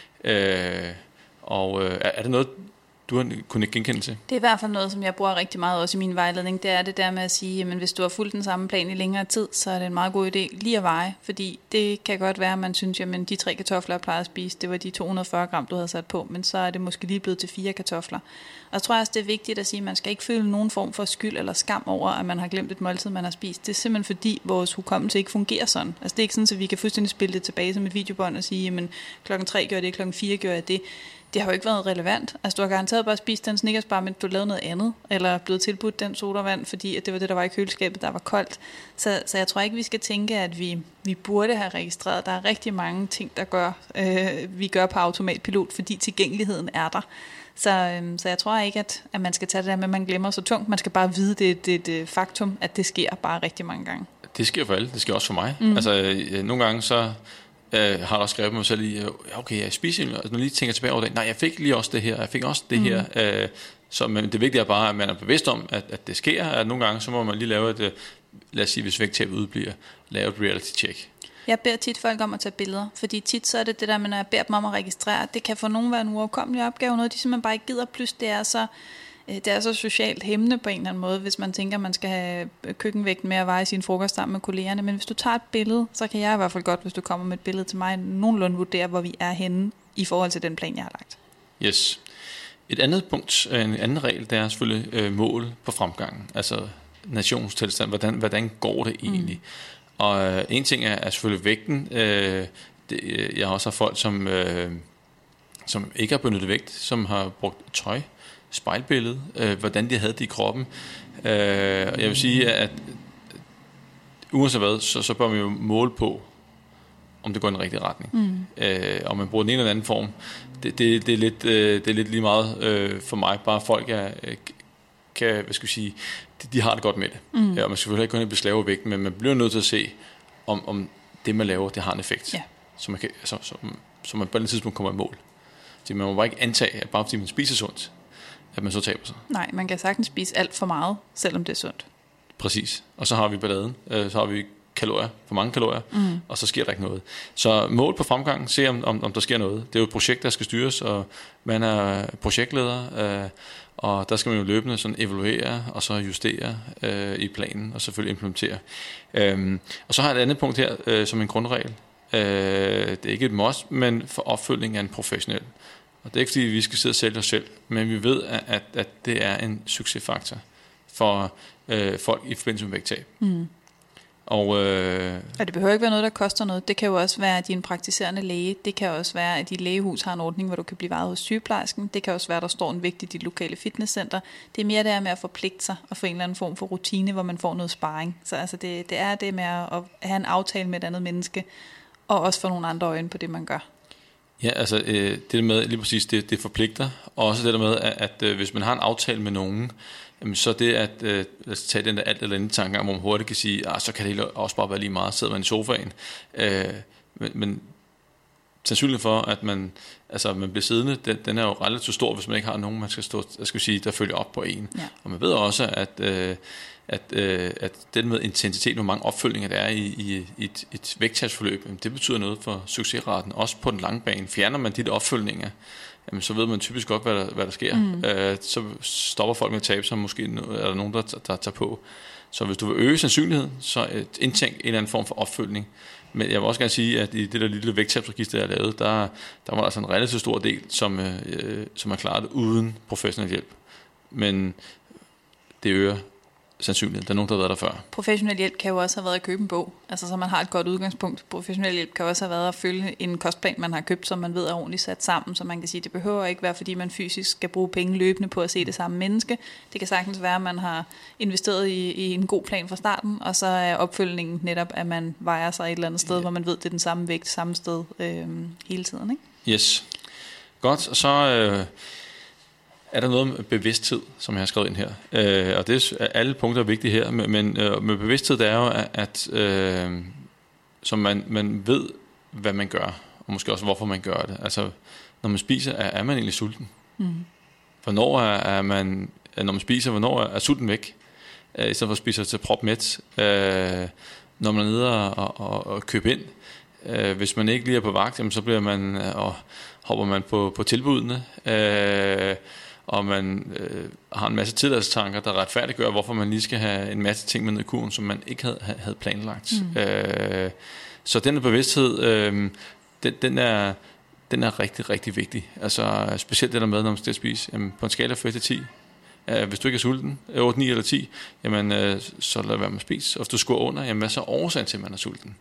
S2: Er det noget, du har kunne ikke genkende til?
S3: Det er i hvert fald noget, som jeg bruger rigtig meget også i min vejledning. Det er det der med at sige, at hvis du har fulgt den samme plan i længere tid, så er det en meget god idé lige at veje. Fordi det kan godt være, at man synes, at de 3 kartofler, jeg plejede at spise, det var de 240 gram, du havde sat på. Men så er det måske lige blevet til 4 kartofler. Og jeg tror også, det er vigtigt at sige, at man skal ikke føle nogen form for skyld eller skam over, at man har glemt et måltid, man har spist. Det er simpelthen fordi, vores hukommelse ikke fungerer sådan. Altså det er ikke sådan, at vi kan fuldstændig spille det tilbage som et videobånd og sige, at klokken 3 gør det, klokken 4 gør jeg det. Det har jo ikke været relevant. Altså du har garanteret bare spist den Snickersbar, men du lavede noget andet, eller blevet tilbudt den sodavand, fordi at det var det, der var i køleskabet, der var koldt. Så jeg tror ikke, vi skal tænke, at vi burde have registreret. Der er rigtig mange ting, der vi gør på automatpilot, fordi tilgængeligheden er der. Så jeg tror ikke, at man skal tage det der med, at man glemmer så tungt. Man skal bare vide, det er et faktum, at det sker bare rigtig mange gange.
S2: Det sker for alle. Det sker også for mig. Altså nogle gange så... har der også skrevet mig selv i, okay, jeg spiser, og når jeg lige tænker tilbage over det, nej, jeg fik lige også det her, jeg fik også det her, men det vigtige er bare, at man er bevidst om, at det sker, at nogle gange, så må man lige lave et, lad os sige, hvis vægttabet udbliver, lave et reality check. Jeg
S3: beder tit folk om at tage billeder, fordi tit så er det der, når jeg beder dem om at registrere, det kan for nogen være en uoverkommelig opgave, noget de simpelthen bare ikke gider, plus det er så socialt hæmmende på en eller anden måde, hvis man tænker, man skal have køkkenvægten med at veje sin frokost sammen med kollegerne. Men hvis du tager et billede, så kan jeg i hvert fald godt, hvis du kommer med et billede til mig, nogenlunde vurdere, hvor vi er henne i forhold til den plan, jeg har lagt.
S2: Yes. Et andet punkt, en anden regel, det er selvfølgelig mål på fremgangen. Altså nationstilstand, hvordan går det egentlig? Og en ting er selvfølgelig vægten. Jeg har også folk, som ikke har benyttet vægt, som har brugt tøj, spejlbillede, hvordan de havde det i kroppen. Jeg vil sige, at uanset hvad, så bør man jo måle på, om det går i den rigtige retning. Om man bruger den ene eller anden form, det er lidt lige meget for mig. Bare folk kan, hvad skal vi sige, de har det godt med det. Og man skal selvfølgelig ikke gå ind og beslave vægten, men man bliver nødt til at se, om det man laver, det har en effekt. Ja. Så man på et tidspunkt kommer i mål. Så man må bare ikke antage, at bare fordi man spiser sundt, at man så taber sig.
S3: Nej, man kan sagtens spise alt for meget, selvom det er sundt.
S2: Præcis. Og så har vi balladen. Så har vi kalorier, for mange kalorier, og så sker der ikke noget. Så mål på fremgangen, se om der sker noget. Det er jo et projekt, der skal styres, og man er projektleder, og der skal man jo løbende sådan evaluere, og så justere i planen, og selvfølgelig implementere. Og så har jeg et andet punkt her, som en grundregel. Det er ikke et must, men for opfølgning af en professionel. Og det er ikke fordi, vi skal sidde og sælge os selv, men vi ved, at det er en succesfaktor for folk i forbindelse med vægttab.
S3: Og det behøver ikke være noget, der koster noget. Det kan jo også være din praktiserende læge. Det kan også være, at dit lægehus har en ordning, hvor du kan blive vejet hos sygeplejersken. Det kan også være, at der står en vægt i dit lokale fitnesscenter. Det er mere det med at forpligte sig og få en eller anden form for rutine, hvor man får noget sparring. Så altså det er det med at have en aftale med et andet menneske, og også få nogle andre øjne på det, man gør.
S2: Ja, altså det der med, lige præcis, det forpligter. Og også det der med, at hvis man har en aftale med nogen, så det at tage den der alt eller andet tanke om, hvor man hurtigt kan sige, så kan det hele også bare være lige meget, sidder man i sofaen. Men sandsynligheden for, at man bliver siddende, den er jo relativt stor, hvis man ikke har nogen, man skal stå, der følger op på en. Ja. Og man ved også, at den med intensitet, hvor mange opfølgninger der er i et vægttabsforløb, det betyder noget for succesraten, også på den lange bane. Fjerner man de der opfølgninger, jamen, så ved man typisk godt, hvad der sker. Så stopper folk med at tabe sig, måske er der nogen, der tager på. Så hvis du vil øge sandsynligheden, så indtænk en eller anden form for opfølgning. Men jeg vil også gerne sige, at i det der lille vægttabsregister, jeg lavede, der var altså en relativt stor del, som har klaret det uden professionel hjælp. Men det øger sandsynligheden. Der er nogen, der har været der før.
S3: Professionel hjælp kan jo også have været at købe en bog, altså så man har et godt udgangspunkt. Professionel hjælp kan også have været at følge en kostplan, man har købt, som man ved er ordentligt sat sammen, så man kan sige, det behøver ikke være, fordi man fysisk skal bruge penge løbende på at se det samme menneske. Det kan sagtens være, at man har investeret i en god plan fra starten, og så er opfølgningen netop, at man vejer sig et eller andet sted, hvor man ved, det er den samme vægt, samme sted hele tiden. Ikke?
S2: Yes. Godt, og så er der noget med bevidsthed, som jeg har skrevet ind her. Og det er alle punkter er vigtige her, men med bevidsthed, det er jo, at som man ved, hvad man gør, og måske også, hvorfor man gør det. Altså, når man spiser, er man egentlig sulten? Hvornår er man, når man spiser, hvornår er sulten væk? I stedet for at spise til propmæt. Når man er nede og købe ind, hvis man ikke lige er på vagt, jamen, så bliver man, hopper man på tilbudene, og man har en masse tidligere der retfærdiggør, hvorfor man lige skal have en masse ting med ned i kurven, som man ikke havde planlagt. Så den bevidsthed, den er rigtig, rigtig vigtig. Altså specielt det der med, når man skal spise. Jamen, på en skala fra 1 til 10, hvis du ikke er sulten, 8, 9 eller 10, jamen, så lad være med at spise. Og hvis du scorer under, jamen, hvad er så årsagen til, at man er sulten?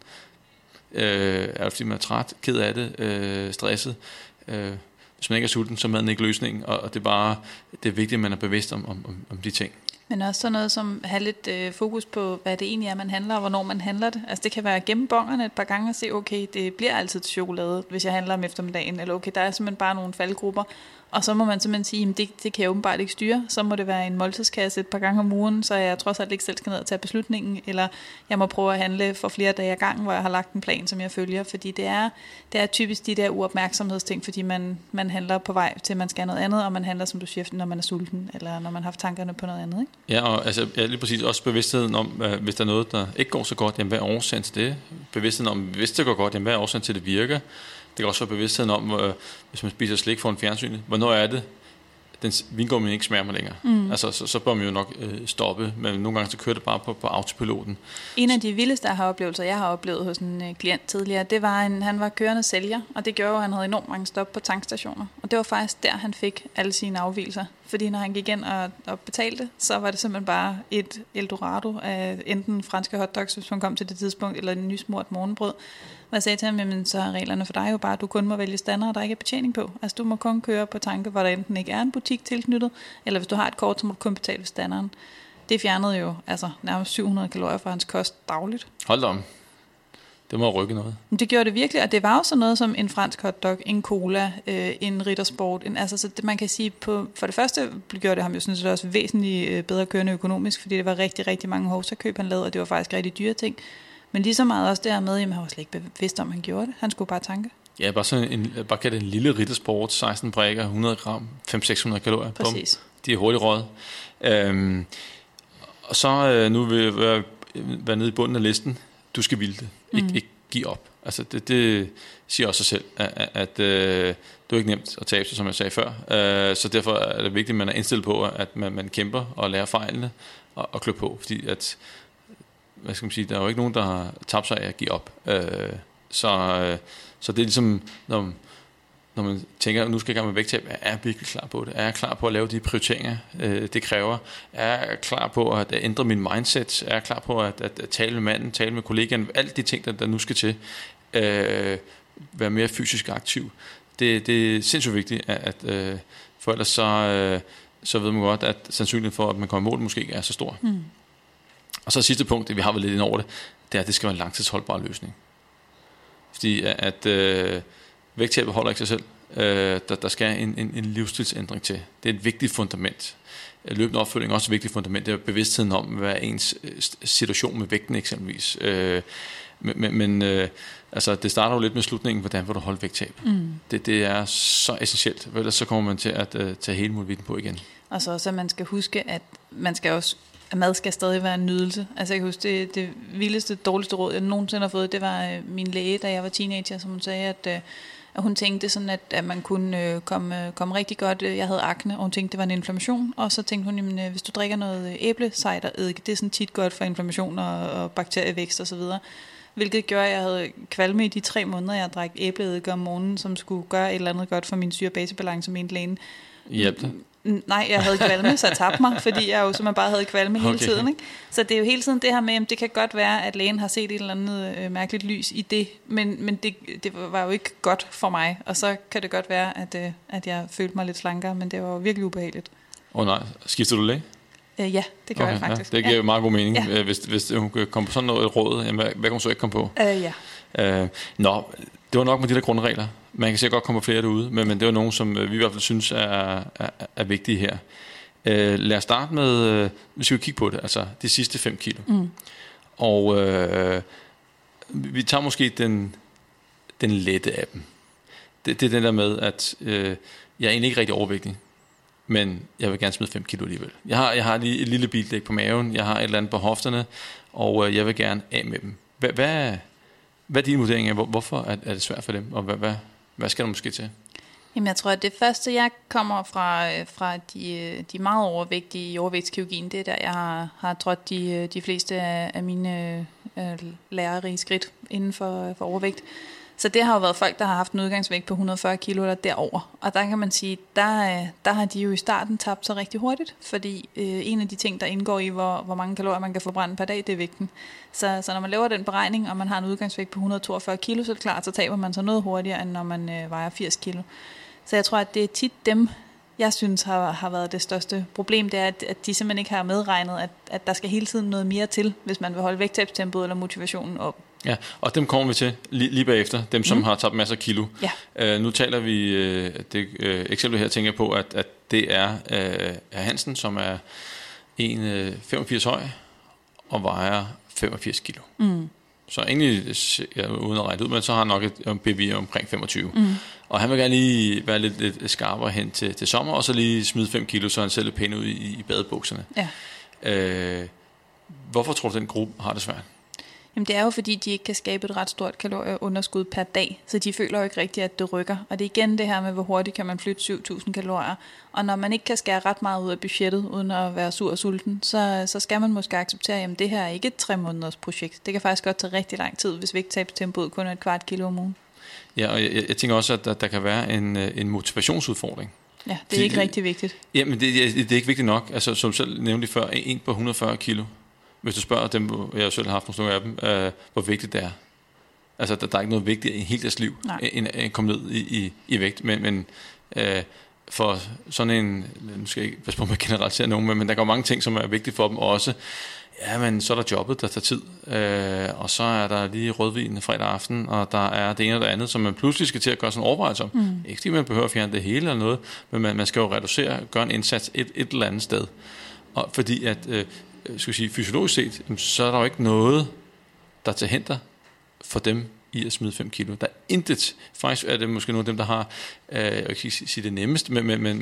S2: Er det fordi man er træt, ked af det, stresset? Hvis man ikke er sulten, så er maden ikke løsningen, og det er vigtigt, at man er bevidst om de ting.
S3: Men også sådan noget som at have lidt fokus på, hvad det egentlig er, man handler, og hvornår man handler det. Altså det kan være at gemme bongerne et par gange og se, okay, det bliver altid til chokolade, hvis jeg handler om eftermiddagen, eller okay, der er simpelthen bare nogle faldgrupper. Og så må man simpelthen sige, at det kan jeg åbenbart ikke styre. Så må det være en måltidskasse et par gange om ugen, så jeg trods alt ikke selv skal ned og tage beslutningen. Eller jeg må prøve at handle for flere dage ad gang, hvor jeg har lagt en plan, som jeg følger. Fordi det er typisk de der uopmærksomhedsting, fordi man handler på vej til, at man skal have noget andet, og man handler, som du siger, når man er sulten, eller når man har haft tankerne på noget andet. Ikke?
S2: Ja, og altså, lige præcis også bevidstheden om, hvis der er noget, der ikke går så godt, jamen hvad er årsagen til det? Bevidstheden om, hvis det går godt, jamen hvad er årsagen til, det virker? Det kan også være bevidstheden om, hvis man spiser slik foran fjernsynet, hvornår er det, den vingummi ikke smager mig længere. Altså, så bør man jo nok stoppe, men nogle gange så kører det bare på autopiloten.
S3: En af de vildeste oplevelser, jeg har oplevet hos en klient tidligere, det var, han var kørende sælger, og det gjorde, at han havde enormt mange stop på tankstationer. Og det var faktisk der, han fik alle sine afvigelser. Fordi når han gik ind og betalte, så var det simpelthen bare et eldorado af enten franske hotdogs, hvis man kom til det tidspunkt, eller en nysmurt morgenbrød. Og jeg sagde til ham, jamen, så er reglerne for dig jo bare, at du kun må vælge standard, der ikke er betjening på. Altså du må kun køre på tanke, hvor der enten ikke er en butik tilknyttet, eller hvis du har et kort, så må du kun betale ved standarden. Det fjernede jo nærmest 700 kalorier fra hans kost dagligt.
S2: Hold da om. Det må rykke noget.
S3: Det gjorde det virkelig, og det var jo sådan noget som en fransk hotdog, en cola, en Rittersport. Så det, man kan sige, for det første gjorde det ham jo synes jeg også væsentligt bedre kørende økonomisk, fordi det var rigtig, rigtig mange hovsalkøb, han lavede, og det var faktisk rigtig dyre ting. Men lige så meget også der med, jamen han var slet ikke bevidst om, han gjorde det. Han skulle bare tanke.
S2: Ja, bare kalde det en lille Rittersport, 16 brækker, 100 gram, 500-600 kalorier.
S3: Præcis.
S2: Bum. De er hurtigt røget. Og så nu vil jeg være nede i bunden af listen. Du skal ville det. Ikke give op. Altså det siger også sig selv, at det er ikke nemt at tabe sig, som jeg sagde før. Så derfor er det vigtigt, at man er indstillet på, at man kæmper og lærer fejlene og klør på. Fordi at, hvad skal man sige, der er jo ikke nogen, der har tabt sig af at give op. Så det er ligesom, når når man tænker, at nu skal jeg i gang med vægttab, er jeg virkelig klar på det? Er jeg klar på at lave de prioriteringer, det kræver? Er jeg klar på at ændre min mindset? Er jeg klar på at tale med manden, tale med kollegaen? Alle de ting, der nu skal til. Være mere fysisk aktiv. Det er sindssygt vigtigt, for ellers så ved man godt, at sandsynligheden for, at man kommer i mål, måske ikke er så stor. Og så sidste punkt, det vi har været lidt ind over det, det er, at det skal være en langtidsholdbar løsning. Fordi at vægttabet holder ikke sig selv. Der skal en livsstilsændring til. Det er et vigtigt fundament. Løbende opfølging er også et vigtigt fundament. Det er bevidstheden om, hvad ens situation med vægten eksempelvis. Men altså, det starter jo lidt med slutningen, hvordan vil du holde vægttab. Det er så essentielt, ellers så kommer man til at tage hele muligheden på igen.
S3: Og så også, at man skal huske, at mad skal stadig være en nydelse. Altså jeg kan huske, det vildeste, dårligste råd, jeg nogensinde har fået, det var min læge, da jeg var teenager, som hun sagde, at hun tænkte sådan, at man kunne komme rigtig godt. Jeg havde akne, og hun tænkte, det var en inflammation. Og så tænkte hun, jamen, hvis du drikker noget æblecidereddike, det er sådan tit godt for inflammation og bakterievækst osv. Hvilket gjorde, at jeg havde kvalme i de 3 måneder, jeg drak æbleeddike om morgenen, som skulle gøre et eller andet godt for min syre-basebalance, mente lægen.
S2: Hjælp det?
S3: Nej, jeg havde kvalme, så jeg tabte mig, fordi jeg jo simpelthen bare havde kvalme hele tiden. Ikke? Så det er jo hele tiden det her med, at det kan godt være, at lægen har set et eller andet mærkeligt lys i det, men det var jo ikke godt for mig. Og så kan det godt være, at jeg følte mig lidt slankere, men det var jo virkelig ubehageligt.
S2: Nej, skifter du læge?
S3: Ja, det gør jeg faktisk.
S2: Ja, det giver jo meget god mening. Ja. Hvis hun kan komme på sådan noget råd, hvad kan hun så ikke komme på?
S3: Ja.
S2: Det var nok med de der grundregler. Man kan sikkert godt komme flere derude, men det var nogen, som vi i hvert fald synes er vigtige her. Lad os starte med, vi skal kigge på det, altså de sidste 5 kilo. Og vi tager måske den lette af dem. Det er den der med, at jeg er egentlig ikke rigtig overvægtig, men jeg vil gerne smide 5 kilo alligevel. Jeg har lige et lille bildæk på maven, jeg har et eller andet på hofterne, og jeg vil gerne af med dem. Hvad er din vurdering af, hvorfor er det svært for dem, og hvad skal der måske til?
S3: Jamen jeg tror, at det første, jeg kommer fra de meget overvægtige i overvægtskirurgien, det er der, jeg har trådt de fleste af mine lærerige skridt inden for overvægt. Så det har jo været folk, der har haft en udgangsvægt på 140 kilo eller derover. Og der kan man sige, der har de jo i starten tabt sig rigtig hurtigt, fordi en af de ting, der indgår i, hvor mange kalorier man kan forbrænde per dag, det er vægten. Så når man laver den beregning, og man har en udgangsvægt på 142 kilo, så er det klart, så taber man sig noget hurtigere, end når man vejer 80 kilo. Så jeg tror, at det er tit dem, jeg synes har været det største problem, det er, at de simpelthen ikke har medregnet, at der skal hele tiden noget mere til, hvis man vil holde vægttabstempoet eller motivationen op.
S2: Ja, og dem kommer vi til lige bagefter, dem som har tabt masser af kilo. Ja. Nu taler vi, det eksempel her tænker jeg på, at det er Hansen, som er 1,85 høj og vejer 85 kilo. Så egentlig, uden at regne ud, men så har han nok et BMI omkring 25. Og han vil gerne lige være lidt skarpere hen til sommer, og så lige smide 5 kilo, så han ser lidt pæn ud i badebukserne. Ja. Hvorfor tror du, den gruppe har det svært?
S3: Jamen det er jo fordi, de ikke kan skabe et ret stort kalorieunderskud per dag, så de føler jo ikke rigtigt, at det rykker. Og det er igen det her med, hvor hurtigt kan man flytte 7.000 kalorier. Og når man ikke kan skære ret meget ud af budgettet, uden at være sur og sulten, så skal man måske acceptere, at det her er ikke et 3 måneders projekt. Det kan faktisk godt tage rigtig lang tid, hvis vægttabstempoet kun er et kvart kilo om ugen. Ja, og jeg tænker også, at der kan være en motivationsudfordring. Ja, det er ikke rigtig vigtigt. Jamen, det er ikke vigtigt nok. Altså, som selv nævnte før, en på 140 kilo. Hvis du spørger dem, jeg har selv haft nogle af dem, hvor vigtigt det er. Altså, der er ikke noget vigtigt i hele deres liv, end at komme ned i vægt. Men for sådan en, nu skal jeg ikke passe på med at generalisere nogen, men der går mange ting, som er vigtige for dem også. Ja, men så er der jobbet, der tager tid, og så er der lige rødvin fredag aften, og der er det ene og det andet, som man pludselig skal til at gøre sådan en overvejelse om. Ikke fordi man behøver at fjerne det hele eller noget, men man skal jo reducere, gøre en indsats et eller andet sted. Og fordi at skal sige, fysiologisk set, så er der jo ikke noget, der til hinder for dem i at smide 5 kilo. Der er intet. Faktisk er det måske nogle af dem, der har, jeg kan ikke sige det nemmest, men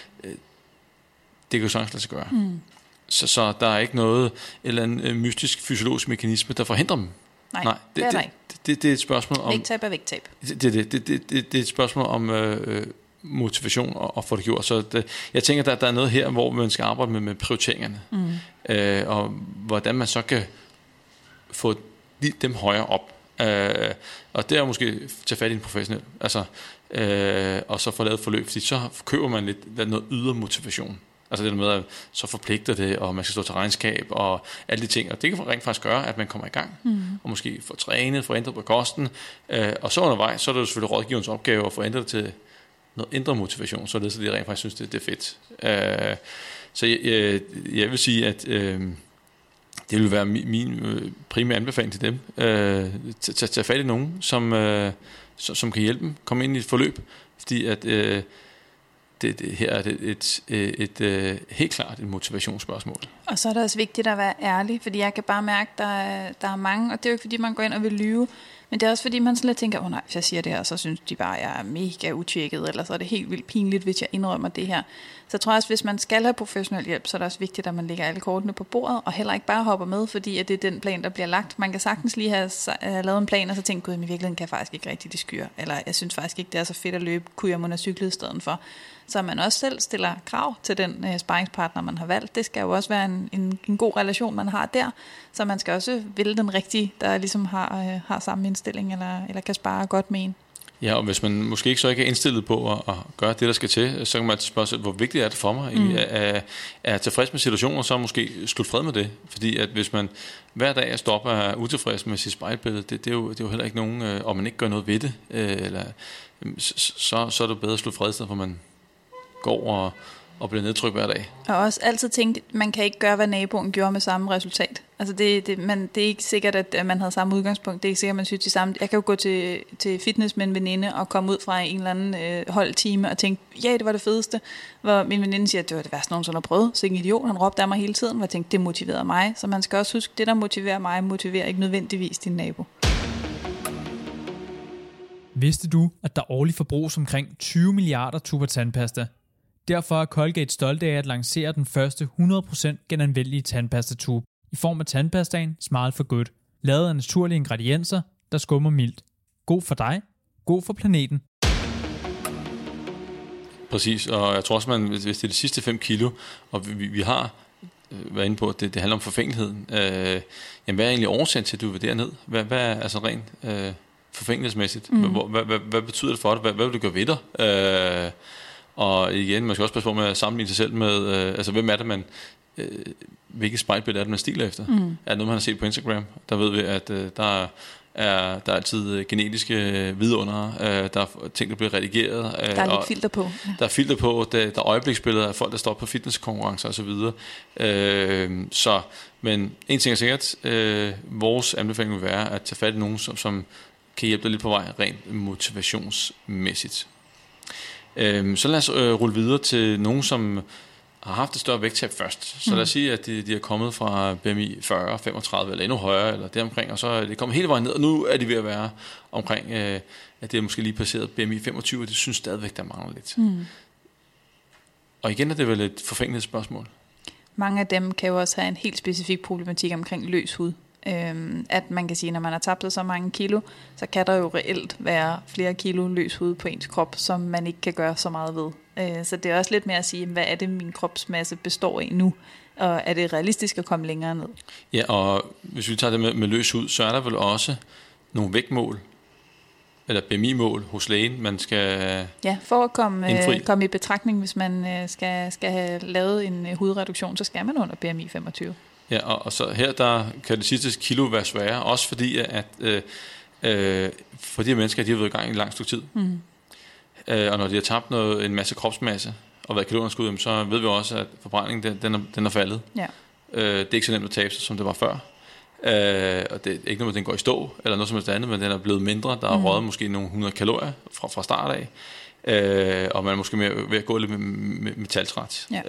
S3: det kan jo sagtens lade sig gøre. Så der er ikke noget, et eller andet mystisk fysiologisk mekanisme, der forhindrer dem. Nej, det er der ikke. Det er et spørgsmål om... Vægttab er vægttab. Det er et spørgsmål om motivation og få det gjort. Så jeg tænker, der er noget her, hvor man skal arbejde med prioriteringerne. Og hvordan man så kan få dem højere op. Og det er måske tage fat i en professionel. Altså,
S2: og så få lavet forløb, fordi så køber man lidt noget ydre motivation. Altså det med, at så forpligter det, og man skal stå til regnskab, og alle de ting. Og det kan rent faktisk gøre, at man kommer i gang, og måske få trænet, få ændret på kosten. Og så undervejs, så er det jo selvfølgelig rådgiverens opgave at få ændret til noget indre motivation, så de rent faktisk synes, det er fedt. Så jeg vil sige, at det vil være min primære anbefaling til dem. Tag fat i nogen, som kan hjælpe dem, komme ind i et forløb, fordi at her er det et helt klart et motivationsspørgsmål.
S3: Og så er det også vigtigt at være ærlig, fordi jeg kan bare mærke, at der er mange, og det er jo ikke fordi, man går ind og vil lyve, men det er også fordi, man sådan lidt tænker, nej, hvis jeg siger det her, så synes de bare, at jeg er mega utjekket, eller så er det helt vildt pinligt, hvis jeg indrømmer det her. Så jeg tror også, hvis man skal have professionel hjælp, så er det også vigtigt, at man lægger alle kortene på bordet, og heller ikke bare hopper med, fordi at det er den plan, der bliver lagt. Man kan sagtens lige have lavet en plan, og så tænke, gud, men i virkeligheden kan jeg faktisk ikke rigtig det skyer, eller jeg synes faktisk ikke, det er så fedt at løbe, kunne jeg må have cyklet i stedet for. Så man også selv stiller krav til den sparringspartner, man har valgt. Det skal jo også være en god relation, man har der. Så man skal også vælge den rigtige, der ligesom har samme indstilling, eller kan spare godt med en.
S2: Ja, og hvis man måske ikke så ikke er indstillet på at gøre det, der skal til, så kan man spørge sig, hvor vigtigt er det for mig? Er tilfreds med situationer, så måske slut fred med det. Fordi at hvis man hver dag stopper og er utilfreds med sit spejlbillede, det er jo heller ikke nogen, og man ikke gør noget ved det, så er det bedre at slutte fred, i stedet for man går og bliver nedtrykt hver dag. Og
S3: også altid tænkt, man kan ikke gøre, hvad naboen gjorde med samme resultat. Altså det er ikke sikkert, at man havde samme udgangspunkt. Det er ikke sikkert, at man synes det samme. Jeg kan jo gå til fitness med en veninde og komme ud fra en eller anden holdtime og tænke, ja, det var det fedeste. Hvor min veninde siger, at det var det værste, nogen sådan har prøvet. Så en idiot, han råbte af mig hele tiden, og jeg tænkte, det motiverede mig. Så man skal også huske, det der motiverer mig, motiverer ikke nødvendigvis din nabo.
S1: Vidste du, at der årligt forbruges omkring 20 milliarder tuber tandpasta? Derfor er Colgate stolte af at lancere den første 100% genanvendelige tandpastatube i form af tandpastaen Smile for Good, lavet af naturlige ingredienser, der skummer mildt. God for dig, god for planeten.
S2: Præcis, og jeg tror også, hvis det er de sidste 5 kilo, og vi har været inde på, at det handler om forfængeligheden. Jamen, hvad er egentlig årsagen til, at du vil derned? Hvad er altså rent forfængelighedsmæssigt? Hvad betyder det for dig? Hvad vil du gøre ved dig? Og igen, man skal også passe på med at sammenligne sig selv med, altså hvem er det, hvilket spejlbillede er det, man stiler efter? Er det noget, man har set på Instagram? Der ved vi, at der er altid genetiske vidunder, der er ting, der bliver redigeret.
S3: Der er lidt filter på.
S2: Ja. Der er filter på, der er øjebliksbilleder af folk, der står på fitnesskonkurrencer osv. Men en ting er sikkert, vores anbefaling vil være at tage fat i nogen, som kan hjælpe dig lidt på vej, rent motivationsmæssigt. Så lad os rulle videre til nogen, som har haft et større vægttab først. Så lad os sige, at de er kommet fra BMI 40, 35 eller endnu højere, eller deromkring, og så er de kommet hele vejen ned, og nu er de ved at være omkring, at det er måske lige passeret BMI 25, og det synes stadigvæk, der mangler lidt. Og igen er det vel et forfængelighedsspørgsmål.
S3: Mange af dem kan jo også have en helt specifik problematik omkring løs hud. At man kan sige, at når man har tabt så mange kilo, så kan der jo reelt være flere kilo løs hud på ens krop, som man ikke kan gøre så meget ved. Så det er også lidt mere at sige, hvad er det, min kropsmasse består af nu? Og er det realistisk at komme længere ned?
S2: Ja, og hvis vi tager det med løs hud, så er der vel også nogle vægtmål, eller BMI-mål hos lægen, man skal
S3: for at komme i betragtning, hvis man skal have lavet en hudreduktion, så skal man under BMI 25.
S2: Ja, og så her der kan det sidste kilo være sværere, også fordi at for de her mennesker, de har været i gang i en lang stykke tid. Og når de har tabt en masse kropsmasse og været kalorieunderskud, så ved vi også, at forbrændingen den er faldet. Ja. Det er ikke så nemt at tabe sig, som det var før. Og det er ikke noget, den går i stå, eller noget som helst andet, men den er blevet mindre. Der er røget måske nogle 100 kalorier fra start af. Og man er måske mere ved at gå lidt med metaltræt. Ja.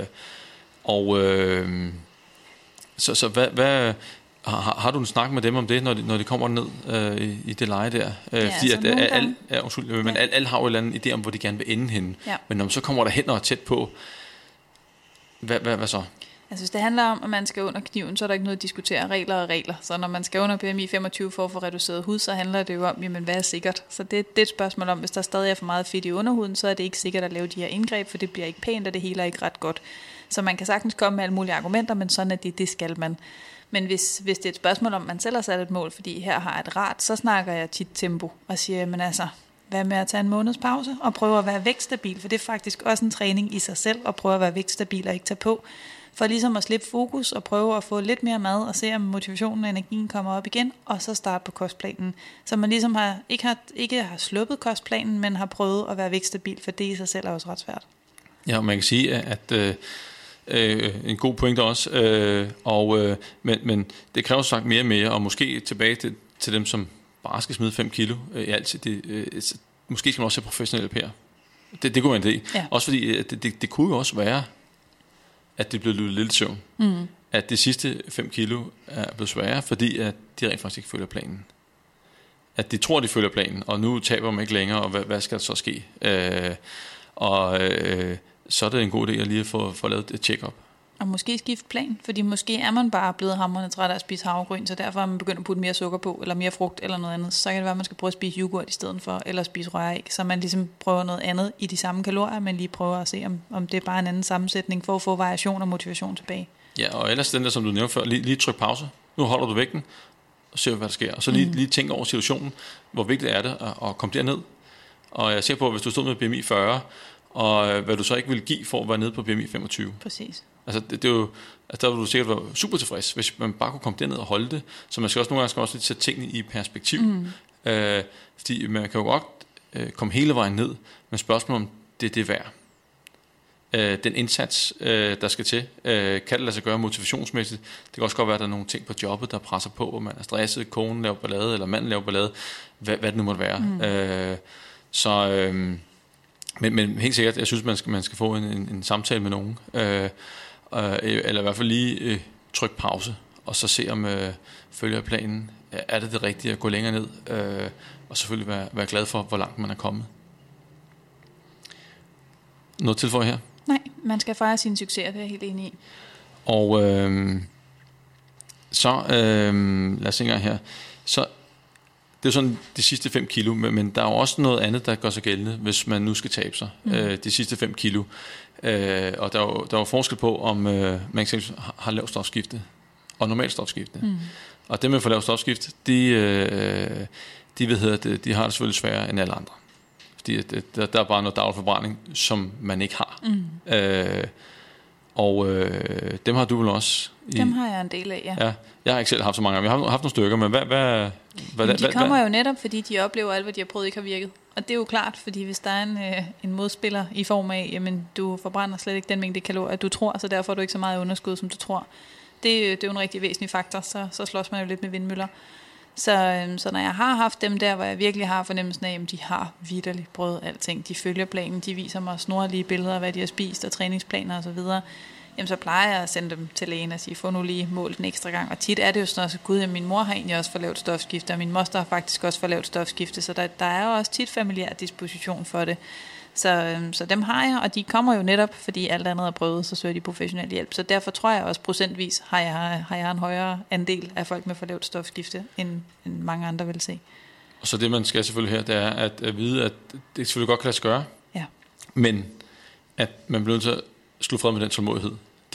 S2: Så hvad har du en snak med dem om det, når de kommer ned i det leje der? Fordi at alle har jo en eller anden idé om, hvor de gerne vil ende henne. Ja. Men når man så kommer der hen og tæt på, hvad så?
S3: Altså hvis det handler om, at man skal under kniven, så er der ikke noget at diskutere regler. Så når man skal under BMI 25 for at få reduceret hud, så handler det jo om, jamen, hvad er sikkert? Så det er et spørgsmål om, hvis der stadig er for meget fedt i underhuden, så er det ikke sikkert at lave de her indgreb, for det bliver ikke pænt, og det hele er ikke ret godt. Så man kan sagtens komme med alle mulige argumenter, men sådan er det skal man. Men hvis det er et spørgsmål om, man selv har sat et mål, fordi her har et rart, så snakker jeg tit tempo og siger, men altså, hvad med at tage en måneds pause og prøve at være vægtstabil, for det er faktisk også en træning i sig selv, at prøve at være vægtstabil og ikke tage på, for ligesom at slippe fokus og prøve at få lidt mere mad og se, om motivationen og energien kommer op igen, og så starte på kostplanen. Så man ligesom ikke har sluppet kostplanen, men har prøvet at være vægtstabil, for det i sig selv er også ret svært.
S2: Ja, man kan sige, at en god pointe også, men det kræver sagt mere og mere, og måske tilbage til dem, som bare skal smide 5 kilo i alt. Måske skal man også se professionelle pærer. Det kunne være en idé. Ja. Også fordi det kunne jo også være, at det blev lidt søvn. At de sidste 5 kilo er blevet sværere, fordi at de rent faktisk ikke følger planen. At de tror, de følger planen, og nu taber man ikke længere, og hvad skal der så ske? Så er det en god idé at lige få lavet et check-up.
S3: Og måske skifte plan, fordi måske er man bare blevet hamrende træt af at spise havregryn, så derfor er man begyndt at putte mere sukker på, eller mere frugt, eller noget andet. Så kan det være, at man skal prøve at spise yoghurt i stedet for, eller spise røræg, så man ligesom prøver noget andet i de samme kalorier, men lige prøver at se, om det er bare en anden sammensætning, for at få variation og motivation tilbage. Ja,
S2: og ellers den der, som du nævnte før, lige tryk pause. Nu holder du vægten, og ser hvad der sker. Og så lige tænk over situationen, hvor vigtigt er det at komme derned. Og jeg ser på, at hvis du stod med BMI 40, og hvad du så ikke vil give for at være nede på BMI 25.
S3: Præcis.
S2: Altså det er jo, der vil du sikkert være super tilfreds, hvis man bare kunne komme derned og holde det. Så man skal også nogle gange sætte tingene i perspektiv. Fordi man kan jo godt komme hele vejen ned, men spørgsmålet om det er værd. Den indsats, der skal til, kan det lade sig gøre motivationsmæssigt. Det kan også godt være, at der er nogle ting på jobbet, der presser på, og man er stresset, konen laver ballade, eller manden laver ballade, hvad det nu måtte være. Men helt sikkert, jeg synes, man skal få en samtale med nogen, eller i hvert fald lige trykke pause, og så se om følger planen, er det rigtige at gå længere ned, og selvfølgelig være glad for, hvor langt man er kommet. Noget tilføje her?
S3: Nej, man skal fejre sine succeser, det er jeg helt enig i.
S2: Og lad os se engang her. Så det er sådan de sidste 5 kilo, men der er jo også noget andet, der gør sig gældende, hvis man nu skal tabe sig. De sidste 5 kilo. Og der er jo forskel på, om man eksempelvis har lavt stofskifte og normalt stofskifte. Og dem med for lavt stofskifte, de har det selvfølgelig sværere end alle andre. Fordi der er bare noget daglig forbrænding, som man ikke har. Dem har du vel også?
S3: Dem har jeg en del af, ja.
S2: Jeg har ikke selv haft så mange. Vi har haft nogle stykker, men
S3: de kommer jo netop, fordi de oplever alt, hvad de har prøvet, ikke har virket. Og det er jo klart, fordi hvis der er en modspiller i form af, jamen du forbrænder slet ikke den mængde kalorier, du tror, så derfor er du ikke så meget underskud, som du tror. Det er jo en rigtig væsentlig faktor, så slås man jo lidt med vindmøller. Så når jeg har haft dem der, hvor jeg virkelig har fornemmelsen af, at de har vitterligt prøvet alting, de følger planen, de viser mig snorlige billeder af, hvad de har spist, og træningsplaner osv., jamen så plejer jeg at sende dem til lægen og sige, få nu lige målt en ekstra gang. Og tit er det jo sådan også, gud, min mor har egentlig også for lavt stofskifte, og min moster har faktisk også for lavt stofskifte, så der er jo også tit familiær disposition for det. Så dem har jeg, og de kommer jo netop, fordi alt andet er prøvet, så søger de professionel hjælp. Så derfor tror jeg også procentvis, har jeg en højere andel af folk med for lavt stofskifte, end mange andre vil se.
S2: Og så det, man skal selvfølgelig her, det er at vide, at det selvfølgelig godt kan lade sig gøre, men at man bliver nødt til at slå fred med den tålmodighed.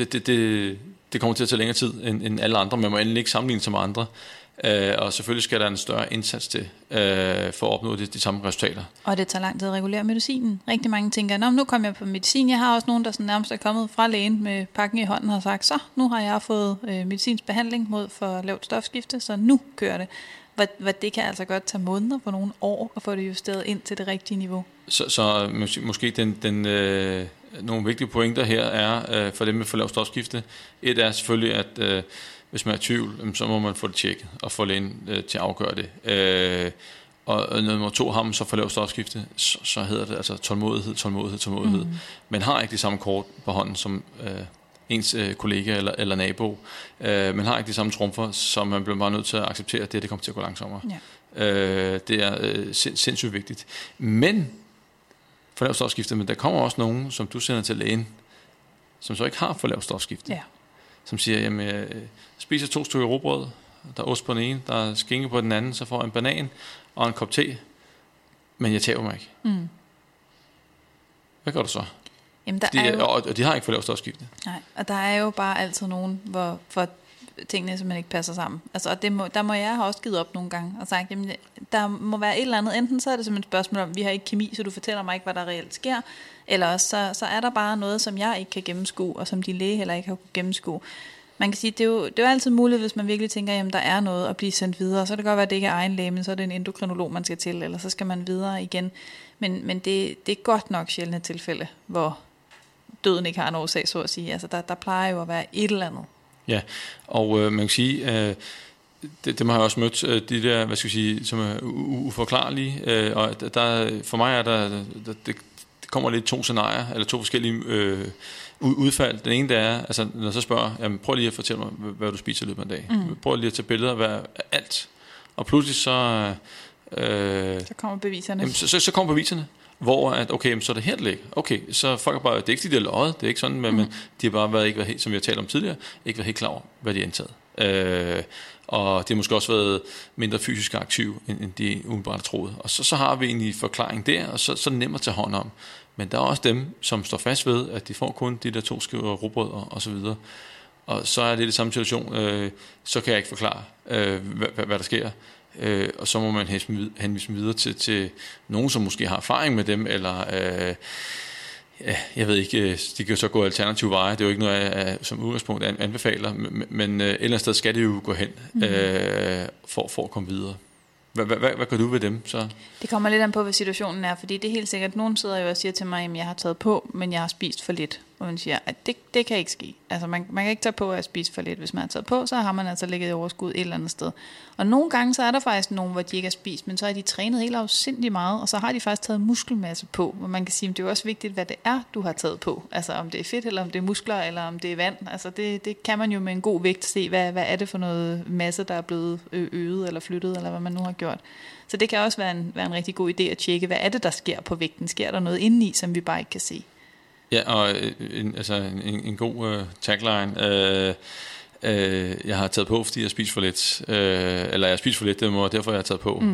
S2: Det kommer til at tage længere tid end alle andre. Man må endelig ikke sammenligne sig med andre. Og selvfølgelig skal der en større indsats til for at opnå de samme resultater. Og
S3: det tager lang tid at regulere medicinen. Rigtig mange tænker, nu kommer jeg på medicin. Jeg har også nogen, der sådan nærmest er kommet fra lægen med pakken i hånden og har sagt, så nu har jeg fået medicinsk behandling mod for lavt stofskifte, så nu kører det. Hvad det kan altså godt tage måneder på nogle år at få det justeret ind til det rigtige niveau.
S2: Så måske nogle vigtige pointer her er for dem med for lavt stofskifte. Et er selvfølgelig, at hvis man er i tvivl, så må man få det tjekket og få lægen til at afgøre det. Og nummer 2 har man så for lavt stofskifte, så hedder det altså tålmodighed. Man har ikke de samme kort på hånden som ens kollega eller nabo. Man har ikke de samme trumfer, så man bliver bare nødt til at acceptere, at det kommer til at gå langsommere. Ja. Det er sindssygt vigtigt. Men for lavt stofskifte, men der kommer også nogen, som du sender til lægen, som så ikke har for lavt stofskifte. Ja. Som siger, jamen, jeg spiser 2 stykker rugbrød, der er ost på den ene, der er skinke på den anden, så får jeg en banan og en kop te, men jeg taber mig ikke. Hvad gør du så?
S3: Jamen, og
S2: de har ikke for lavt stofskifte.
S3: Nej, og der er jo bare altid nogen, hvor tingene simpelthen ikke passer sammen. Altså, og der må jeg have også givet op nogle gange og sagt, jamen, der må være et eller andet. Enten så er det simpelthen et spørgsmål om, vi har ikke kemi, så du fortæller mig ikke, hvad der reelt sker. Eller også så er der bare noget, som jeg ikke kan gennemskue, og som de læge heller ikke har kunnet gennemskue. Man kan sige, det er jo altid muligt, hvis man virkelig tænker, jamen der er noget at blive sendt videre. Så kan det godt være, at det ikke er egen læge, men så er det en endokrinolog, man skal til, eller så skal man videre igen. Men det er godt nok sjældne tilfælde, hvor døden ikke har en årsag, så at sige. Altså der plejer jo at være et eller andet. Ja,
S2: og man kan sige, det har jeg også mødt, de der, hvad skal jeg sige, som er uforklarlige, og for mig er det kommer lidt to scenarier, eller to forskellige udfald. Den ene, der er, altså når jeg så spørger, jamen, prøv lige at fortælle mig, hvad du spiser i løbet af en dag. Prøv lige at tage billeder af alt. Og pludselig så
S3: kommer beviserne.
S2: Jamen, så kommer beviserne, hvor at, okay, så er det her, det ligger. Okay, så folk er bare, det er ikke de der løjet, det er ikke sådan, men de har bare ikke været helt, som vi har talt om tidligere, ikke været helt klar over, hvad de har indtaget. Og det har måske også været mindre fysisk aktiv, end de umiddelbart troede. Og så har vi egentlig forklaring der, og så er det nemt at tage hånd om. Men der er også dem, som står fast ved, at de får kun de der 2 skiver rugbrød og så videre. Og så er det i samme situation, så kan jeg ikke forklare, hvad der sker. Og så må man henvise dem videre til nogen, som måske har erfaring med dem, eller jeg ved ikke, de kan jo så gå alternative veje. Det er jo ikke noget, jeg som udgangspunkt anbefaler, men et eller andet sted skal det jo gå hen for at komme videre. Hvad gør du ved dem så?
S3: Det kommer lidt an på, hvad situationen er, fordi det er helt sikkert, nogen sidder jo og siger til mig, at jeg har taget på, men jeg har spist for lidt. Og man siger, at det kan ikke ske. Altså man kan ikke tage på at spise for lidt. Hvis man har taget på, så har man altså ligget i overskud et eller andet sted. Og nogle gange, så er der faktisk nogen, hvor de ikke har spist, men så har de trænet helt afsindigt meget, og så har de faktisk taget muskelmasse på. Hvor man kan sige, at det er jo også vigtigt, hvad det er, du har taget på. Altså om det er fedt, eller om det er muskler, eller om det er vand. Altså det kan man jo med en god vægt se, hvad er det for noget masse, der er blevet øget eller flyttet, eller hvad man nu har gjort. Så det kan også være en rigtig god idé at tjekke, hvad er det, der sker på vægten? Sker der noget indeni, som vi bare ikke kan se?
S2: Ja, og en god tagline. Jeg har taget på, fordi jeg har spist for lidt. Eller jeg har spist for lidt, det må derfor jeg har taget på.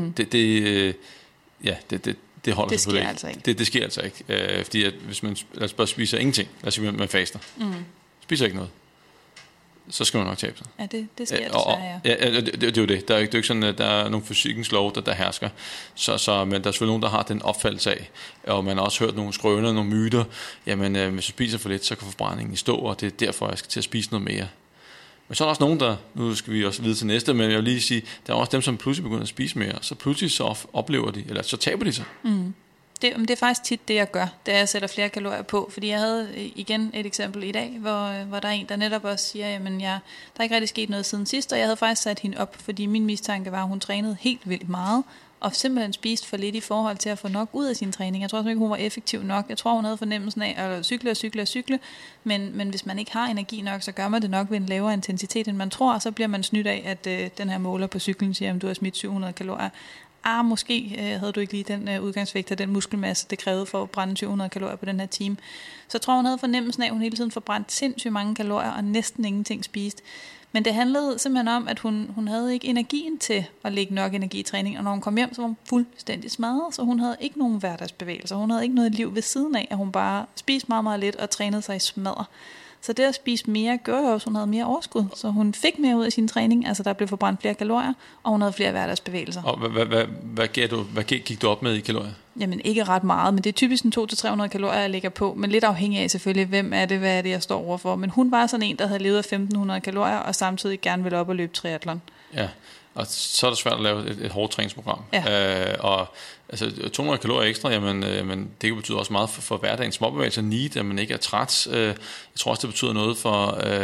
S2: Det holder
S3: det
S2: selvfølgelig
S3: altså ikke.
S2: Det sker altså ikke. Fordi at hvis man bare spiser ingenting, lad os sige, man faster. Spiser ikke noget. Så skal man nok tabe sig.
S3: Ja, det sker desværre,
S2: ja. Det er jo det. Det er jo ikke sådan, at der er nogle fysikkens lov, der hersker. Men der er selvfølgelig nogen, der har den opfattelse af, og man har også hørt nogle skrøner, nogle myter, jamen hvis jeg spiser for lidt, så kan forbrændingen stå, og det er derfor, jeg skal til at spise noget mere. Men så er der også nogen, der, nu skal vi også videre til næste, men jeg vil lige sige, der er også dem, som pludselig begynder at spise mere, så pludselig så oplever de, eller så taber de sig.
S3: Det er faktisk tit det, jeg gør, da jeg sætter flere kalorier på. Fordi jeg havde igen et eksempel i dag, hvor der er en, der netop også siger, jamen der er ikke rigtig sket noget siden sidst, og jeg havde faktisk sat hende op, fordi min mistanke var, at hun trænede helt vildt meget, og simpelthen spist for lidt i forhold til at få nok ud af sin træning. Jeg tror ikke, hun var effektiv nok. Jeg tror, hun havde fornemmelsen af at cykle, men hvis man ikke har energi nok, så gør man det nok ved en lavere intensitet, end man tror, og så bliver man snydt af, at den her måler på cyklen siger, at du har smidt 700 kalorier. Måske havde du ikke lige den udgangsvægt og den muskelmasse, det krævede for at brænde 700 kalorier på den her time. Så jeg tror, hun havde fornemmelsen af, at hun hele tiden forbrændt sindssygt mange kalorier og næsten ingenting spist. Men det handlede simpelthen om, at hun havde ikke energien til at lægge nok energi i træning, og når hun kom hjem, så var hun fuldstændig smadret, så hun havde ikke nogen hverdagsbevægelser. Hun havde ikke noget liv ved siden af, at hun bare spiste meget, meget lidt og trænede sig i smadre. Så det at spise mere gør jo også, at hun havde mere overskud. Så hun fik mere ud af sin træning, altså der blev forbrændt flere kalorier, og hun havde flere hverdagsbevægelser.
S2: Og hvad gik du op med i kalorier?
S3: Jamen ikke ret meget, men det er typisk en 200-300 kalorier, jeg lægger på, men lidt afhængig af selvfølgelig, hvem er det, hvad er det, jeg står overfor. Men hun var sådan en, der havde levet af 1500 kalorier, og samtidig gerne ville op og løbe triathlon.
S2: Ja, og så er det svært at lave et hårdt træningsprogram. Ja. Og altså 200 kalorier ekstra, jamen det kan betyde også meget for hverdagens småbevægelser, at man ikke er træt. Jeg tror også, det betyder noget for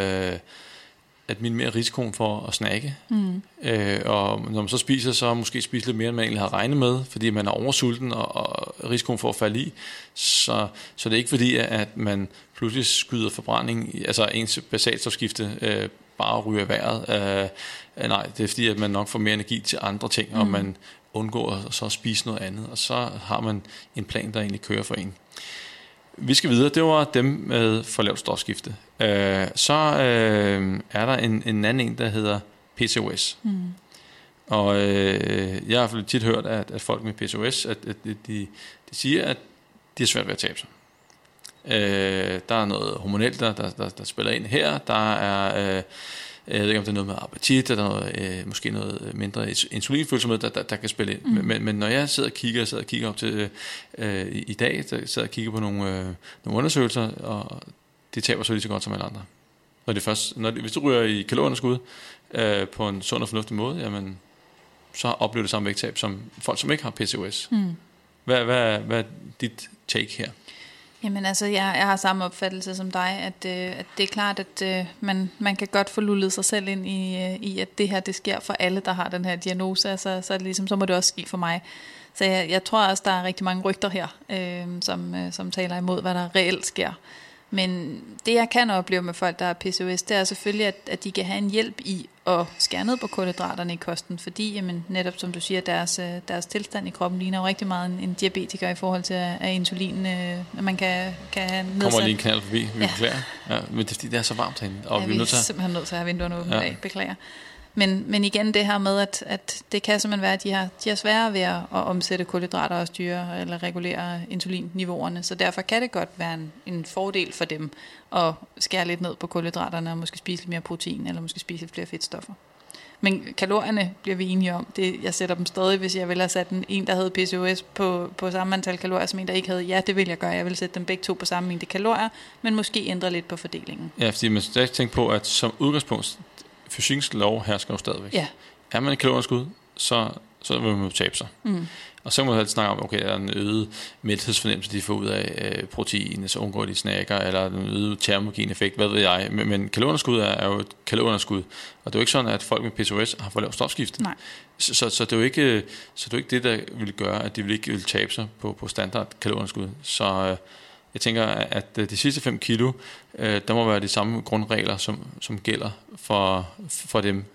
S2: at minimere risikoen for at snakke. Og når man så spiser, så måske spise lidt mere, end man egentlig har regnet med, fordi man er oversulten og risikoen for at falde i. Så det er ikke fordi, at man pludselig skyder forbrænding, altså ens basalstofskifte bare ryger i vejret. Nej, det er fordi, at man nok får mere energi til andre ting, og man undgår at så spise noget andet, og så har man en plan, der egentlig kører for en. Vi skal videre. Det var dem med for lavt stofskifte. Så er der en anden en, der hedder PCOS. Og jeg har i hvert fald tit hørt, at folk med PCOS, at de siger, at de er svært ved at tabe sig. Der er noget hormonelt, der spiller ind her. Der er Jeg ved ikke, om det er noget med appetit, eller noget, måske noget mindre insulinfølsomhed, der kan spille ind. Men når jeg sidder og kigger op til i dag, der sidder og kigger på nogle undersøgelser, og de taber så lige så godt som alle andre. Hvis du ryger i kalorieunderskud på en sund og fornuftig måde, jamen, så oplever det samme vægttab som folk, som ikke har PCOS. Hvad er dit take her?
S3: Jamen altså, jeg har samme opfattelse som dig, at det er klart, at man kan godt få lullet sig selv ind i at det her, det sker for alle, der har den her diagnose, altså, så er det ligesom, så må det også ske for mig. Så jeg tror også, der er rigtig mange rygter her, som taler imod, hvad der reelt sker. Men det, jeg kan opleve med folk, der har PCOS, det er selvfølgelig, at de kan have en hjælp i at skære ned på kulhydraterne i kosten, fordi jamen, netop som du siger, deres tilstand i kroppen ligner jo rigtig meget en diabetiker i forhold til at insulin, man kan have nedsat.
S2: Kommer lige en knald forbi, vi beklager. Ja, men det er fordi, det er så varmt herinde, og vi er
S3: simpelthen nødt til at have vinduerne åbne af, beklager. Men igen det her med, at det kan simpelthen være, at de har sværere ved at omsætte kulhydrater og styre eller regulere insulinniveauerne. Så derfor kan det godt være en fordel for dem at skære lidt ned på kulhydraterne og måske spise lidt mere protein eller måske spise lidt flere fedtstoffer. Men kalorierne bliver vi enige om. Jeg sætter dem stadig, hvis jeg vil have sat en, der havde PCOS på samme antal kalorier som en, der ikke havde. Ja, det vil jeg gøre. Jeg vil sætte dem begge to på samme mængde kalorier, men måske ændre lidt på fordelingen.
S2: Ja, fordi man skal tænke på, at som udgangspunkt fysikkens lov hersker jo stadigvæk.
S3: Ja.
S2: Er man i kalorieunderskud, så vil man jo tabe sig. Og så kan man altid snakke om, okay, er der en øget mæthedsfornemmelse, de får ud af protein, så undgår de snakker, eller en øget termogen effekt, hvad ved jeg. Men kalorieunderskud er jo et kalorieunderskud, og det er jo ikke sådan, at folk med PCOS har for lavt stofskifte.
S3: Nej.
S2: Så det er jo ikke det, der vil gøre, at de ikke vil tabe sig på standard kalorieunderskud. Så jeg tænker, at de sidste 5 kilo, der må være de samme grundregler, som gælder for dem.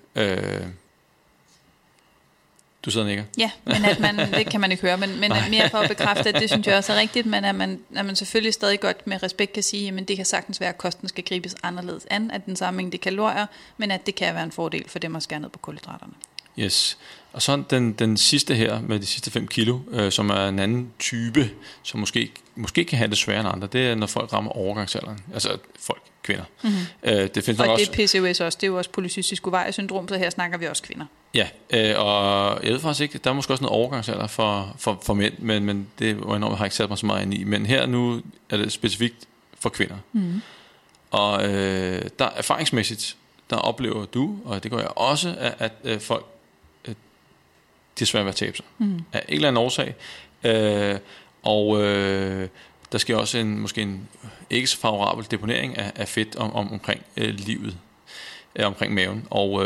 S2: Du sidder og nikker.
S3: Ja, men det kan man ikke høre, men mere for at bekræfte, at det synes jeg også er rigtigt, men at man selvfølgelig stadig godt med respekt kan sige, at det kan sagtens være, at kosten skal gribes anderledes an, at den samme mængde kalorier, men at det kan være en fordel for dem at skære ned på kulhydraterne.
S2: Yes. Og så den sidste her, med de sidste 5 kilo, som er en anden type, som måske kan have det sværere end andre, det er, når folk rammer overgangsalderen. Altså folk, kvinder. Det findes
S3: og
S2: nok
S3: det er PCOS også, det er jo også polycystisk ovariesyndrom, så her snakker vi også kvinder.
S2: Ja, og jeg ved faktisk ikke, der er måske også noget overgangsalder for mænd, men det jeg har ikke sat mig så meget ind i. Men her nu er det specifikt for kvinder. Og der erfaringsmæssigt, der oplever du, og det gør jeg også, at folk det er svært ved at tabe sig. Af en eller anden årsag. Der sker også måske en ikke så favorabel deponering af fedt omkring livet, omkring maven.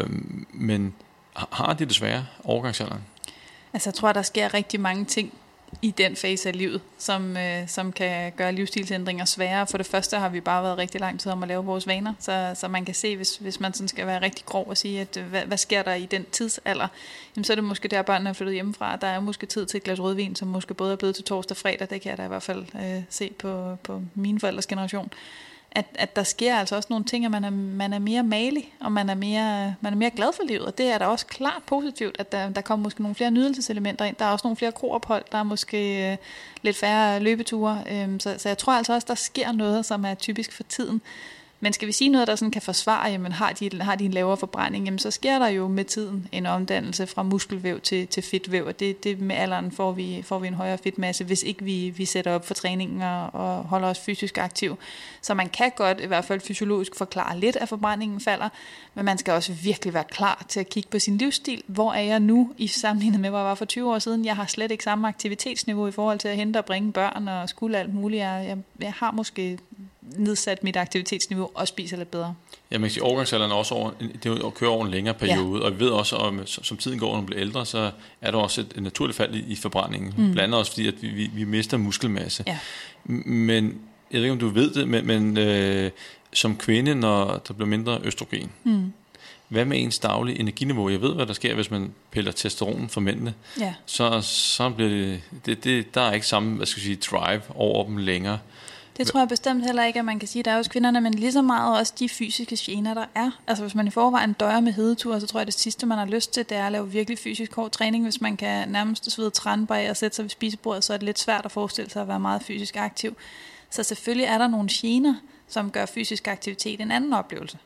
S2: Men har de desværre overgangsalderen?
S3: Altså jeg tror, der sker rigtig mange ting i den fase af livet, som kan gøre livsstilsændringer svære. For det første har vi bare været rigtig lang tid om at lave vores vaner, så man kan se, hvis man sådan skal være rigtig grov og sige, at hvad sker der i den tidsalder, jamen, så er det måske der, børnene er flyttet hjemmefra. Der er måske tid til et glas rødvin, som måske både er blevet til torsdag og fredag. Det kan jeg da i hvert fald se på mine forældres generation. At der sker altså også nogle ting, at man er mere malig, og man er mere glad for livet, og det er da også klart positivt, at der kommer måske nogle flere nydelseselementer ind. Der er også nogle flere kroophold, der er måske lidt færre løbeture, så jeg tror altså også, der sker noget, som er typisk for tiden. Men skal vi sige noget, der sådan kan forsvare, jamen har de en lavere forbrænding, jamen så sker der jo med tiden en omdannelse fra muskelvæv til fedtvæv, og det med alderen får vi en højere fedtmasse, hvis ikke vi sætter op for træningen og holder os fysisk aktiv. Så man kan godt i hvert fald fysiologisk forklare lidt, at forbrændingen falder, men man skal også virkelig være klar til at kigge på sin livsstil. Hvor er jeg nu i sammenlignet med, hvor jeg var for 20 år siden? Jeg har slet ikke samme aktivitetsniveau i forhold til at hente og bringe børn og skulle alt muligt. Jeg har måske nedsat mit aktivitetsniveau og spiser lidt bedre. Ja,
S2: man kan sige, overgangsalderen er også det kører over en længere periode, og vi ved også, at som tiden går, når man bliver ældre, så er der også et naturligt fald i forbrændingen. Blandt andet også fordi, at vi mister muskelmasse.
S3: Ja.
S2: Men jeg ved ikke, om du ved det, men som kvinde, når der bliver mindre østrogen, hvad med ens daglige energiniveau? Jeg ved, hvad der sker, hvis man piller testosteron for mændene.
S3: Ja.
S2: Så bliver det der er ikke samme, drive over dem længere.
S3: Det tror jeg bestemt heller ikke, at man kan sige, der er hos kvinderne, men lige så meget også de fysiske gener, der er. Altså hvis man i forvejen døjer med hedetur, så tror jeg, det sidste, man har lyst til, det er at lave virkelig fysisk hård træning. Hvis man kan nærmest svede tranbag og sætte sig ved spisebordet, så er det lidt svært at forestille sig at være meget fysisk aktiv. Så selvfølgelig er der nogle gener, som gør fysisk aktivitet en anden oplevelse.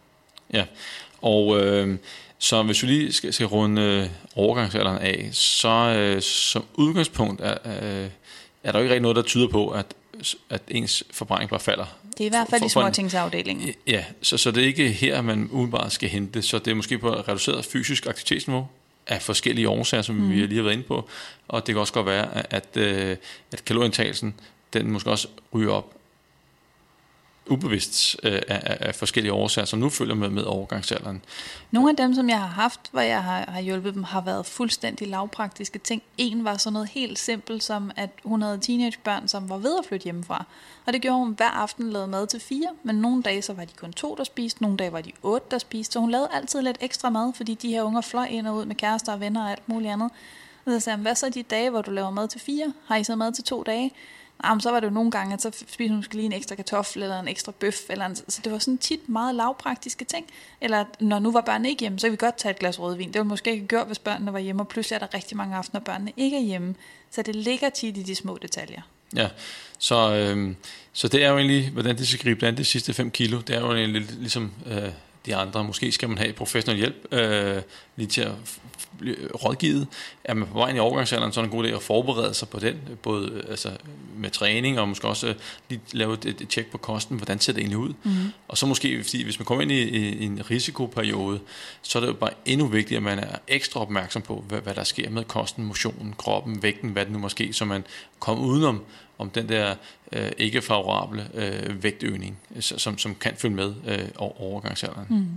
S2: Ja, og så hvis vi lige skal runde overgangsalderen af, så som udgangspunkt er der jo ikke rigtig noget, der tyder på, at ens forbrænding bare falder.
S3: Det er i hvert fald i småtingsafdelingen.
S2: Ja, så det er ikke her, man umiddelbart skal hente. Så det er måske på et reduceret fysisk aktivitetsniveau af forskellige årsager, som vi lige har været inde på. Og det kan også godt være, at kalorieindtagelsen, den måske også ryger op ubevidst af forskellige årsager, som nu følger med overgangsalderen.
S3: Nogle af dem, som jeg har haft, hvor jeg har hjulpet dem, har været fuldstændig lavpraktiske ting. En var sådan noget helt simpelt, som at hun havde teenagebørn, som var ved at flytte hjemmefra. Og det gjorde hun hver aften, lavede mad til 4, men nogle dage så var de kun 2, der spiste, nogle dage var de 8, der spiste. Så hun lavede altid lidt ekstra mad, fordi de her unger fløj ind og ud med kærester og venner og alt muligt andet. Og så sagde jeg, hvad så de dage, hvor du laver mad til 4? Har I så mad til 2 dage? Men så var det jo nogle gange, at så spiste hun måske lige en ekstra kartoffel eller en ekstra bøf. Så det var sådan tit meget lavpraktiske ting. Eller når nu var børnene ikke hjemme, så kan vi godt tage et glas rødvin. Det ville måske ikke gøre, hvis børnene var hjemme, og pludselig er der rigtig mange aftener, når børnene ikke er hjemme. Så det ligger tit i de små detaljer.
S2: Ja, så det er jo egentlig, hvordan det skal gribe an de sidste 5 kilo. Det er jo egentlig lidt ligesom de andre. Måske skal man have professionel hjælp lige til at blive rådgivet. Er man på vej i overgangsalderen, så er det en god idé at forberede sig på den, både altså, med træning, og måske også lige lave et tjek på kosten, hvordan ser det egentlig ud. Mm-hmm. Og så måske, fordi hvis man kommer ind i en risikoperiode, så er det jo bare endnu vigtigere, at man er ekstra opmærksom på, hvad der sker med kosten, motionen, kroppen, vægten, hvad det nu måske, så man kommer udenom om den der ikke favorable vægtøgning, som kan følge med overgangsalderen. Mm.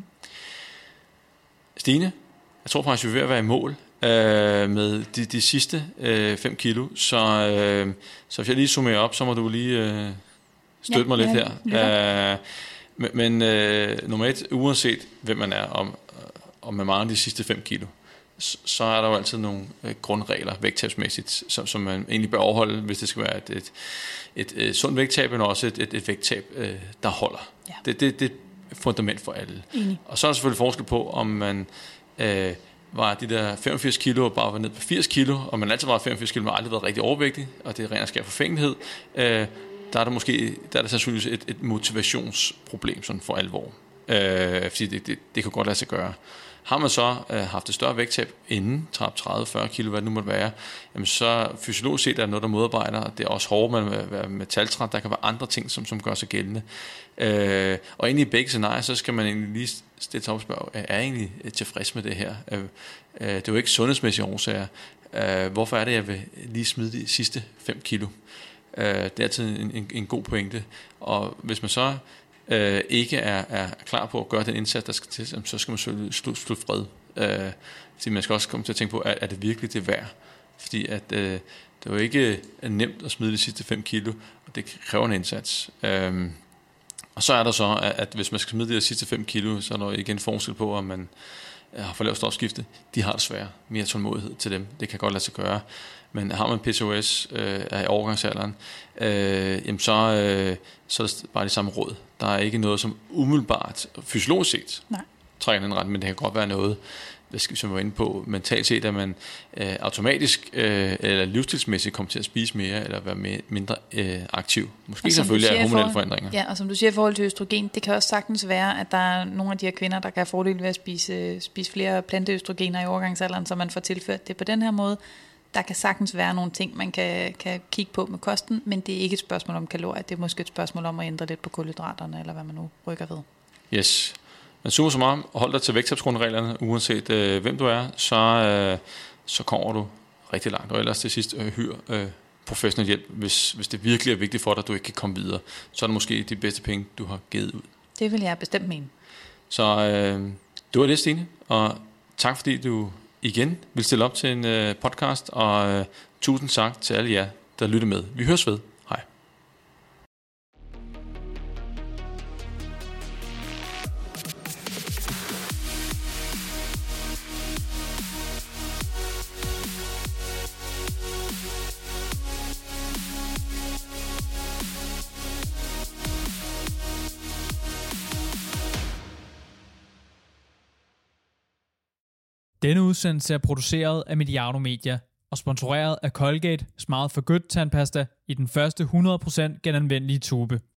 S2: Stine, jeg tror faktisk, vi er ved at være i mål med de sidste 5 kilo, så hvis jeg lige summerer op, så må du lige støtte mig lidt her. Men nummer 1, uanset hvem man er, om man mangler de sidste 5 kilo, så er der jo altid nogle grundregler vægttabsmæssigt, som man egentlig bør overholde, hvis det skal være et sundt vægttab, men også et vægttab, der holder. Ja. Det er fundament for alle. Og så er der selvfølgelig forskel på, om man var de der 85 kilo og bare var ned på 80 kilo, og man altid var 85 kilo, men aldrig været rigtig overvægtig, og det er ren og skær forfængelighed, der er der sandsynligvis et motivationsproblem sådan for alvor. Fordi det kan godt lade sig gøre. Har man så haft et større vægttab inden 30-40 kilo, hvad det nu måtte være, jamen så fysiologisk set er der noget, der modarbejder, og det er også hårdt med taltræt, der kan være andre ting, som gør sig gældende. Og egentlig i begge scenarier, så skal man egentlig lige stille sig op og spørge, er jeg egentlig tilfreds med det her? Det er jo ikke sundhedsmæssige årsager. Hvorfor er det, jeg vil lige smide de sidste 5 kilo? Det er altid en god pointe. Og hvis man så ikke er klar på at gøre den indsats, der skal til, så skal man selvfølgelig slutte fred. Fordi man skal også komme til at tænke på, er det virkelig det værd? Fordi at det er jo ikke nemt at smide de sidste 5 kilo, og det kræver en indsats. Og så er der så, at hvis man skal smide de sidste 5 kilo, så er der igen forskel på, om man har for lavt stofskifte. De har desværre mere tålmodighed til dem. Det kan godt lade sig gøre. Men har man PCOS i overgangsalderen, jamen så er det bare de samme råd. Der er ikke noget, som umiddelbart, fysiologisk set, trækker den ret, men det kan godt være noget, som vi var inde på, mentalt set, at man automatisk eller livsstilsmæssigt kommer til at spise mere, eller være mindre aktiv. Måske selvfølgelig af hormonelle forandringer.
S3: Ja, og som du siger i forhold til østrogen, det kan også sagtens være, at der er nogle af de her kvinder, der kan have fordel ved at spise flere planteøstrogener i overgangsalderen, så man får tilført det på den her måde. Der kan sagtens være nogle ting, man kan kigge på med kosten, men det er ikke et spørgsmål om kalorier, det er måske et spørgsmål om at ændre lidt på kulhydraterne, eller hvad man nu rykker ved.
S2: Yes. Men super så meget, hold dig til vægttabsgrundreglerne, uanset hvem du er, så kommer du rigtig langt. Og ellers til sidst hyr professionel hjælp, hvis det virkelig er vigtigt for dig, at du ikke kan komme videre. Så er det måske de bedste penge, du har givet ud.
S3: Det vil jeg bestemt mene.
S2: Så du var det, Stine, og tak fordi du igen vil stille op til en podcast, og tusind tak til alle jer, der lytter med. Vi høres ved. Hej.
S1: Denne udsendelse er produceret af Mediano Media og sponsoreret af Colgate Smart for Good tandpasta i den første 100% genanvendelige tube.